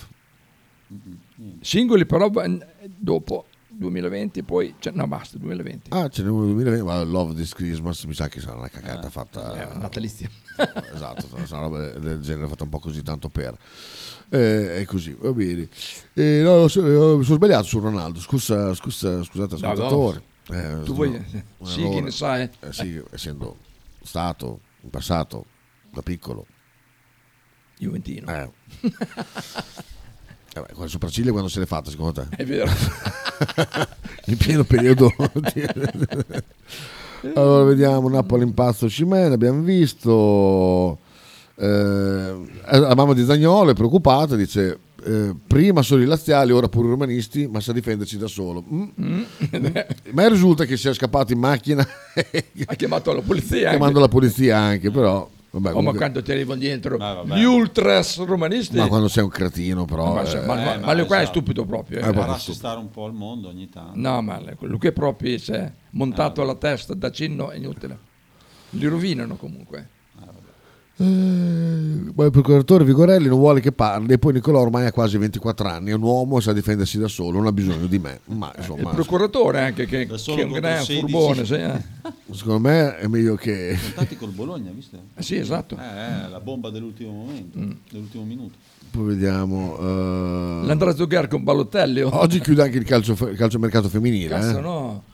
Singoli però eh, dopo duemilaventi, poi cioè, no basta, duemilaventi. Ah, ce n'è uno del duemilaventi, ma Love This Christmas mi sa che sarà una cagata fatta. Eh, natalizia. Esatto, sarà una roba del genere fatta un po' così tanto per. Eh, è così, va bene. Eh, no, so- eh, mi sono sbagliato su Ronaldo, scusa, scusa, scusate No, ascoltatori. Eh, Tu no, vuoi- un sì, chi errore. ne sai? Eh, sì, essendo stato in passato da piccolo Juventino. eh, Eh beh, con le sopracciglia quando se l'è fatta, secondo te? È vero. In pieno periodo. Allora vediamo Napoli Impazzo Scimene, abbiamo visto. Eh, la mamma di Zagnolo è preoccupata, dice eh, prima solo i laziali, ora pure i romanisti, ma sa difenderci da solo. Mm. Mm. Ma risulta che sia scappato in macchina. Ha chiamato la polizia. Chiamando la polizia anche, però. Vabbè, oh, comunque... ma quando ti arrivano dietro ah, gli ultras romanisti, ma quando sei un cretino, però. Ma, eh, ma, ma, eh, ma, ma ma qua è esatto. stupido proprio. Eh. Eh, lascia stare un po' al mondo ogni tanto. No, ma quello che proprio si è montato ah, alla testa da Cinno è inutile. Li rovinano comunque. Eh, ma il procuratore Vigorelli non vuole che parli, e poi Nicolò ormai ha quasi ventiquattro anni, è un uomo e sa difendersi da solo, non ha bisogno di me. Ma insomma, il procuratore anche che, che è un gran furbone, sì, eh. Secondo me è meglio che contatti col Bologna, visto? Eh sì, esatto. Eh, la bomba dell'ultimo momento, mm. dell'ultimo minuto. Poi vediamo uh... l'andrà a giocare con Balotelli. Oggi chiude anche il calcio, calciomercato femminile. Cazzo, eh. no.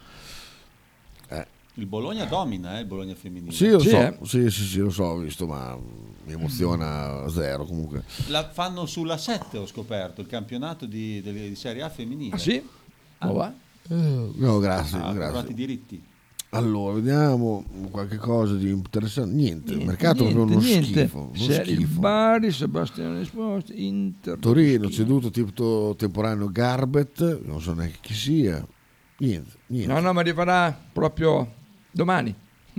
Eh. Il Bologna domina, eh, il Bologna femminile. Sì, lo sì, so, eh. sì, sì, sì, lo so, ho visto, ma mi emoziona zero comunque. La fanno sulla sette, ho scoperto, il campionato di, di, di Serie A femminile. Ah sì? Ah. Oh, va? Eh, no, grazie, Ah, grazie. i diritti. Allora, vediamo qualche cosa di interessante. Niente, il mercato niente, è proprio uno niente. schifo. Uno C'è il schifo. Bari, Sebastiano Esposti, Inter. Torino, ceduto tipo temporaneo Garbet, non so neanche chi sia. Niente, niente. No, no, ma rifarà proprio domani.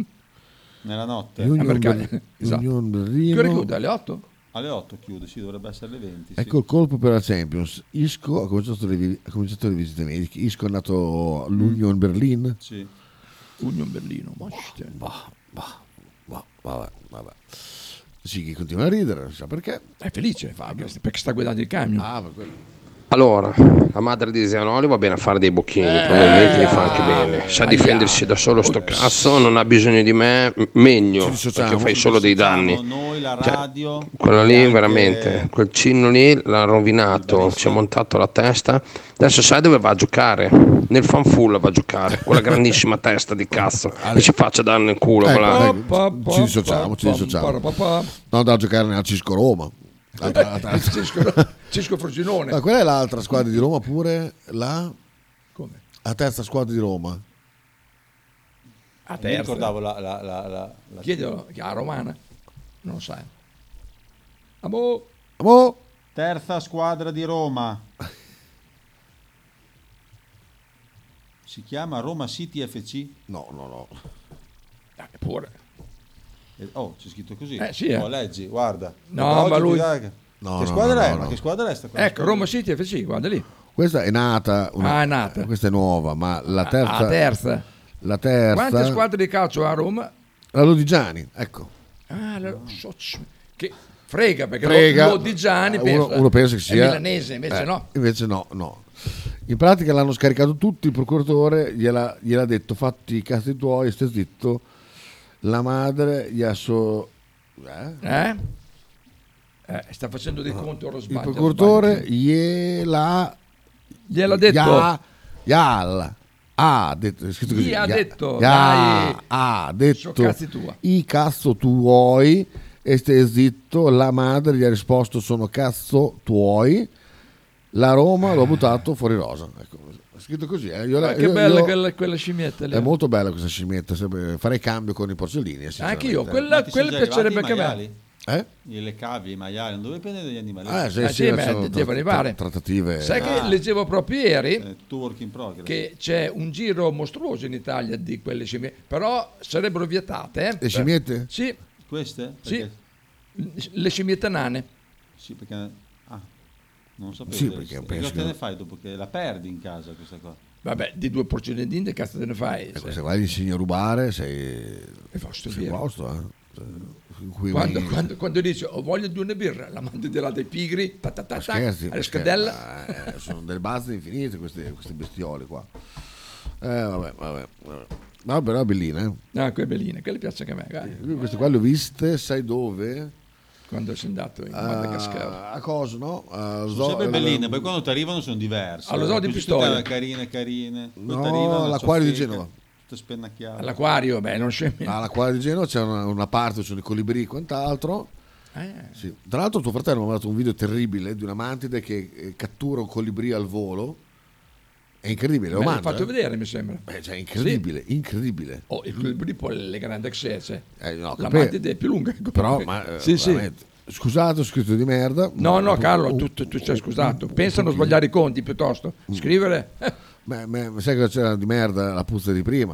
Nella notte. Union, Ah, Ber- esatto. Union Che Berlino. ora chiude alle otto? Alle otto chiude, sì, dovrebbe essere alle venti. Ecco sì. il colpo per la Champions. Isco ha cominciato le, vi- ha cominciato le visite mediche. Isco è andato all'Union Berlin. Sì. Union Berlino. Bah, bah, bah, vabbè, vabbè. Sì, che continua a ridere, non sa perché. È felice Fabio, perché sta guidando il camion. Ah, per quello. Allora, la madre di Zanoli va bene a fare dei bocchini, Eh, probabilmente li fa ah, anche bene. Sa aia. difendersi da solo sto cazzo, non ha bisogno di me, m- meglio, Ci dissociamo. perché fai solo dei danni. Noi, la Cioè, radio. Quello lì anche- veramente, quel cinno lì l'ha rovinato, ci ha montato la testa. Adesso sai dove va a giocare? Nel fanfull va a giocare, quella grandissima testa di cazzo, che ci faccia danno nel culo. Ecco, quella- ecco, Pa, pa, ci dissociamo, pa, ci pa, dissociamo. pa, pa, pa. No, da giocare nella Cisco Roma. L'altra- l'altra- Cisco, Cisco Frosinone. Ma quella è l'altra squadra di Roma pure? La, Come? la terza squadra di Roma. A Mi terza. ricordavo la, la, la, la, la- Chiedilo, che a Romana. Non lo sai. Amo. Amo. terza squadra di Roma. Si chiama Roma City F C? No, no, no. Ah, pure. Eh, Oh, c'è scritto così. Eh, sì, eh. Oh, leggi, guarda. No, Oggi ma ti lui- dà che- No, che no, squadra no, è? no, Ma no. che squadra è sta qua? Ecco, Roma City F C, guarda lì. Questa è nata. Una, Ah, è nata. Questa è nuova, ma la terza. Ah, terza. La terza. Quante squadre di calcio ha a Roma? La Lodigiani, ecco. Ah, la, so- che frega, perché Frega. lo, Lodigiani Eh, pensa, uno, uno pensa che è sia milanese, invece eh, no. Invece no, no. In pratica l'hanno scaricato tutti, il procuratore gliela, gliel'ha detto fatti i cazzi tuoi, stai zitto. La madre gli ha so eh? Eh? Eh, sta facendo dei conti ora Il sbaglia. procuratore sbaglia. gliela Gliel'ha detto. Glia- Gliela ha detto, è scritto così. Gli ha Glia- detto, Glia- dai. ha detto So cazzi tua. i cazzo tuoi e stai zitto. La madre gli ha risposto sono cazzo tuoi. La Roma l'ho buttato fuori rosa. Ecco, è scritto così. Eh. Io, Ah, che io- bella io- quella, quella scimmietta lì. È molto bella questa scimmietta. sempre- Farei cambio con i porcellini. eh, Anche io, sinceramente. quella, Ma ti sono quella già piacerebbe arrivati anche i a me. maiali? Eh? Le cavie, i maiali, non dove prendere degli animali? Ah, sì, Ah, sì, sì, ma sono deve tra- arrivare. trattative. Sai che Ah. leggevo proprio ieri Eh, to work in progress. che c'è un giro mostruoso in Italia di quelle scimmiette, però sarebbero vietate. Eh? Le scimmiette? Sì, Queste? sì, Perché- le scimmiette nane. Sì, perché... Ah, non sapevo. Sì, di- perché e penso cosa te che- ne fai dopo che la perdi in casa questa cosa? Vabbè, di due porcellini d'India, cazzo te ne fai? Ecco, se vai gli insegni a rubare sei, E fa sto sei a vero. posto. Eh. Cioè, qui Quando, mi- quando, quando dice ho voglia di una birra, la mandi di là dei pigri, ta ta ta ta, Scherzi, alla scherzi. scadella. Eh, sono delle bazze infinite queste, queste bestiole qua. Eh, vabbè, vabbè, vabbè. Ma però è bellina, eh. Ah, quelle belline, quelle piacciono anche a me. Dai. Io queste qua le ho viste, sai dove? Quando sei andato in Ah, Madagascar. a cosa, no? A Sono Zo- sempre eh, belline, poi quando ti arrivano sono diverse. Allo zoo di Così Pistoia. tutte Carine, carine. Poi No, ti arrivano, all'acquario di soffica, Genova. Tutte spennacchiate. All'acquario, beh, non scemi. All'acquario di Genova c'è una, una parte, sono i colibrì e quant'altro. Eh. Sì. Tra l'altro tuo fratello mi ha mandato un video terribile di una mantide che eh, cattura un colibrì al volo. È incredibile, lo Me l'hai mangia, fatto eh? vedere, mi sembra. Beh, cioè, incredibile, Sì. incredibile. Oh, il colibrì poi le grandi accese. Eh, no, la capì. mantide è più lunga. Però, ma, eh, sì, sì. veramente. Scusate, ho scritto di merda. No, no, Un- Carlo, un- tu, tu, tu sei scusato. Pensa a non pochino. sbagliare i conti piuttosto. Scrivere. Beh, beh, sai che c'era di merda la puzza di prima?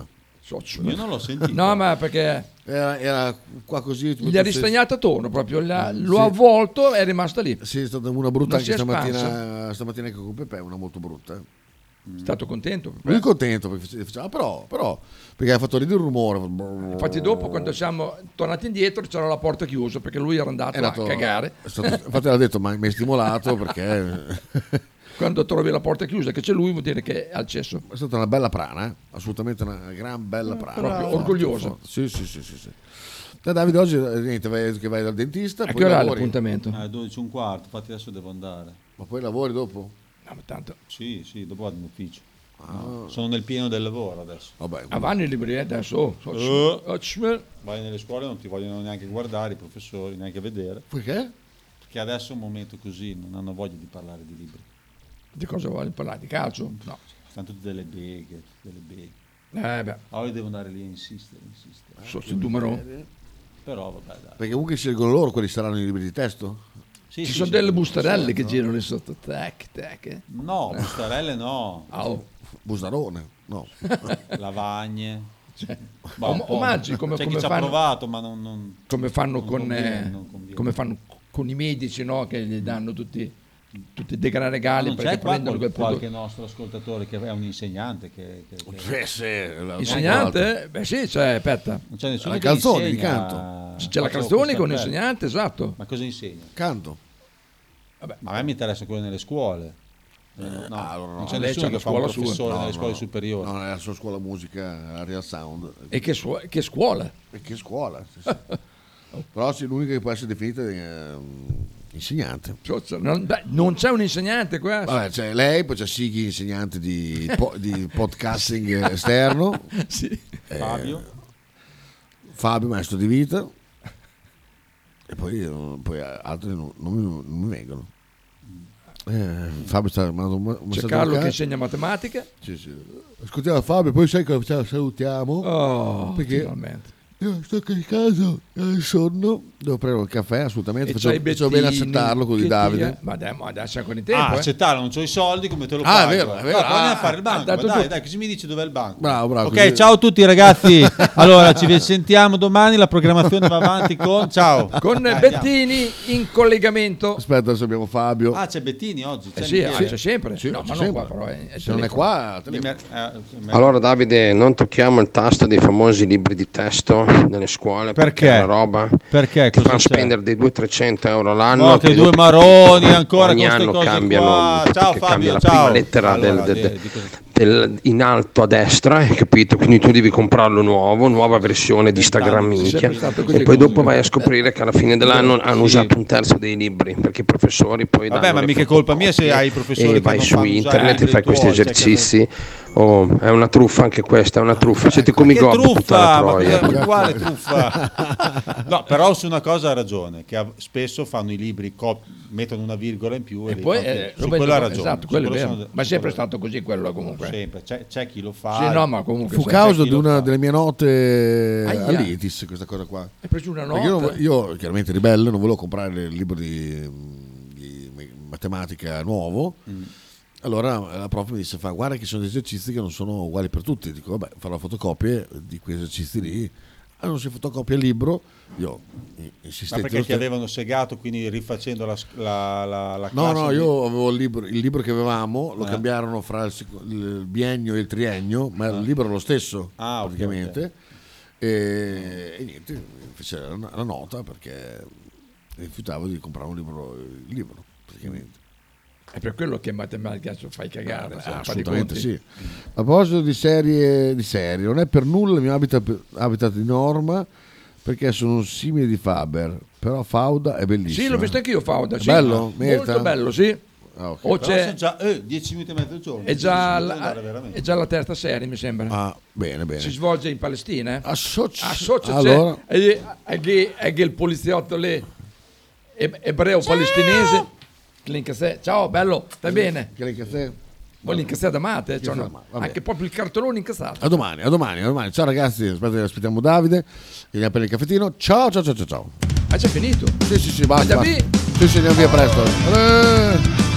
Io non l'ho sentito. No, ma perché Era, era qua così. gli ha ristagnato a tono proprio, l'ha- lo Sì. ha avvolto e è rimasta lì. Sì, è stata una brutta Non anche si è stamattina, espansa. stamattina anche con Pepe, una molto brutta. eh. È stato contento. Lui è contento perché faceva, però, però, perché ha fatto ridere il rumore. Infatti dopo quando siamo tornati indietro c'era la porta chiusa perché lui era andato È andato- a cagare. è stato- infatti l'ha detto, ma mi hai stimolato perché Quando trovi la porta chiusa che c'è lui vuol dire che è al cesso. è stata una bella prana, eh? Assolutamente una gran bella prana. Proprio Forte, orgogliosa. forte. Sì, sì, sì, sì, sì. Te, Davide, oggi eh, niente, vai, che vai dal dentista. A poi che ora è lavori. l'appuntamento? Ah, dodici e un quarto, infatti adesso devo andare. Ma poi lavori dopo? No, ma tanto. Sì, sì, dopo vado in ufficio. Ah. No, sono nel pieno del lavoro adesso. Vabbè, Ah, vanno in libreria adesso. Oh, so- Eh. oh, cm- Vai nelle scuole, non ti vogliono neanche guardare i professori, neanche vedere. Perché? Perché adesso è un momento così, non hanno voglia di parlare di libri. Di cosa voglio parlare? Di calcio? No. Stanno tutte delle beghe, tutte delle beghe. Eh beh. Allora devo andare lì a insistere, insistere. So, se numero. Però vabbè, dai. Perché comunque scelgono loro, quelli saranno i libri di testo? Sì, Ci sì, sono sì, delle sì, bustarelle sì, che no? girano lì sotto. Tac, tac. eh. No, bustarelle no. Ah, oh. Bustarone, no. Lavagne. Cioè, Ma un om- po'. omaggi come, C'è come chi ci ha fanno, provato, ma non... non- come fanno non con, conviene, eh, non conviene. come fanno con i medici, no? Che gli danno tutti, tutti dei gran regali non perché c'è qua prendono qual- quel prodotto. qualche nostro ascoltatore che è un insegnante che, che, che- Eh, sì, la- Insegnante? Beh sì, c'è, aspetta. non c'è nessuno La che canzone di insegna- canto. C'è la Faccio canzone questa con un aperta. insegnante, esatto. Ma cosa insegna? Canto. Vabbè, ma a me mi interessa quello nelle scuole. Eh, no, ah, allora no. non c'è Lei nessuno c'ha che la fa un scuola sua. professore No, nelle no, scuole no. superiori. No, nella sua scuola musica, la Real Sound. E che, su- che scuola? E che scuola? Sì, sì. Però sì, l'unica che può essere definita è um, insegnante. Cioè, Non, beh, non c'è un insegnante qua. Vabbè, c'è lei, poi c'è Sighi, insegnante di, po- di podcasting esterno. Sì. Eh, Fabio. Fabio, maestro di vita. E poi, eh, poi altri non, non mi, non mi vengono. Eh, Fabio sta mandando un, un C'è messaggio Carlo vocale. che insegna matematica. Sì, sì. Ascoltiamo Fabio, poi sai cosa salutiamo. Oh, perché finalmente. io sto caricando il sonno. Devo prendere il caffè, assolutamente. E Faccio, c'hai faccio bene Bettini, accettarlo con di che Davide. ti- Ma dai, ma dai, c'è ancora in tempo. Ah, eh. accettare, non c'ho i soldi, come te lo Ah, è pago? vero, è vero. Dai, proviamo Ah, a fare il ha banco. dato ma dai, tu- dai, così mi dici dov'è il banco. Bravo, bravo. Ok, così. ciao a tutti ragazzi. Allora, ci sentiamo domani, la programmazione va avanti con... Ciao. Con Dai, Bettini in collegamento. Aspetta, adesso abbiamo Fabio. andiamo. Ah, c'è Bettini oggi. Eh c'è sì, Michele. ah, c'è sempre. Sì, no, c'è ma non sempre. qua però. È, è Se non è telefono. qua, te Mi ne- mer- eh, Allora Davide, non tocchiamo il tasto dei famosi libri di testo nelle scuole Perché? è una roba Perché? che Cosa fanno c'è? spendere dei duecento trecento euro l'anno. No, che che due dopo- maroni ancora ogni con ste anno cose cambiano, qua. Ciao che Fabio, cambia la ciao. prima lettera Allora, del, di- del- di cosa- del- in alto a destra, hai capito? Quindi tu devi comprarlo nuovo, nuova versione di sta gran Vent'anni, minchia, sempre stato così e poi comunque. dopo vai a scoprire che alla fine dell'anno hanno Sì. usato un terzo dei libri, perché i professori poi Vabbè, danno ma le mica è colpa mia se fotocopie hai i professori e che vai non su fanno usare internet e libri fai questi tuoi, cioè che- esercizi. Oh, è una truffa anche questa, è una truffa. Siete come i Che gob, puttana truffa, ma troia. cosa- quale truffa? No, però su una cosa ha ragione, che ha- spesso fanno i libri, cop- mettono una virgola in più e, E li poi fanno- eh, su lo quello vedo- ha ragione. Esatto, su quello è quello vero. sono- Ma è su sempre quello- stato così quello comunque. Sempre, c'è, c'è chi lo fa. Sì, no, ma comunque Fu sai, causa chi di lo una fa. delle mie note Aia. all'Itis, questa cosa qua. Hai preso una Perché io, nota? non- io, chiaramente ribelle, non volevo comprare il libro di, di matematica nuovo. Mm. Allora la prof mi disse: fa, guarda che sono degli esercizi che non sono uguali per tutti. Dico, vabbè, farò fotocopie di quei esercizi lì. Ah, non si fotocopia il libro. Io Ma insistetti. perché ti avevano segato, quindi rifacendo la, la, la, la No, classe no, di- io avevo il libro, il libro che avevamo, lo Eh. cambiarono fra il, seco- il biennio e il triennio, ma il libro è lo stesso, Ah, ok, praticamente. E, e niente, mi fece la, la nota perché rifiutavo di comprare un libro, il libro, praticamente. È per quello che in matematica adesso fai cagare. Ah, sai, fare i assolutamente conti. sì. A proposito di serie, di serie, non è per nulla il mio habitat, habitat di norma, perché sono un simile di Faber, però Fauda è bellissimo. Sì, l'ho visto anch'io Fauda. È Sì. bello? Merita? Molto bello, sì. Ah, ok. O Però c'è, sono già eh, dieci minuti e mezzo al giorno. è, già Devo la, andare veramente. è già la terza serie, mi sembra. Ah, bene, bene. Si svolge in Palestina. Eh? Associ- Associa, allora- c'è, e, e, e che il poliziotto lì e- ebreo palestinese. L'incassè. Ciao, bello, stai bene? L'incassè. Voi l'incassè da mate, cioè, no? Vabbè. Anche proprio il cartolone incassato. A domani, a domani, a domani. Ciao ragazzi, aspetta che aspettiamo Davide, che viene per il caffettino. Ciao, ciao, ciao, ciao, ciao. Ah, c'è finito? Sì, sì, sì, basta. Andiamo basta. via. Sì, sì, andiamo via presto. Eh.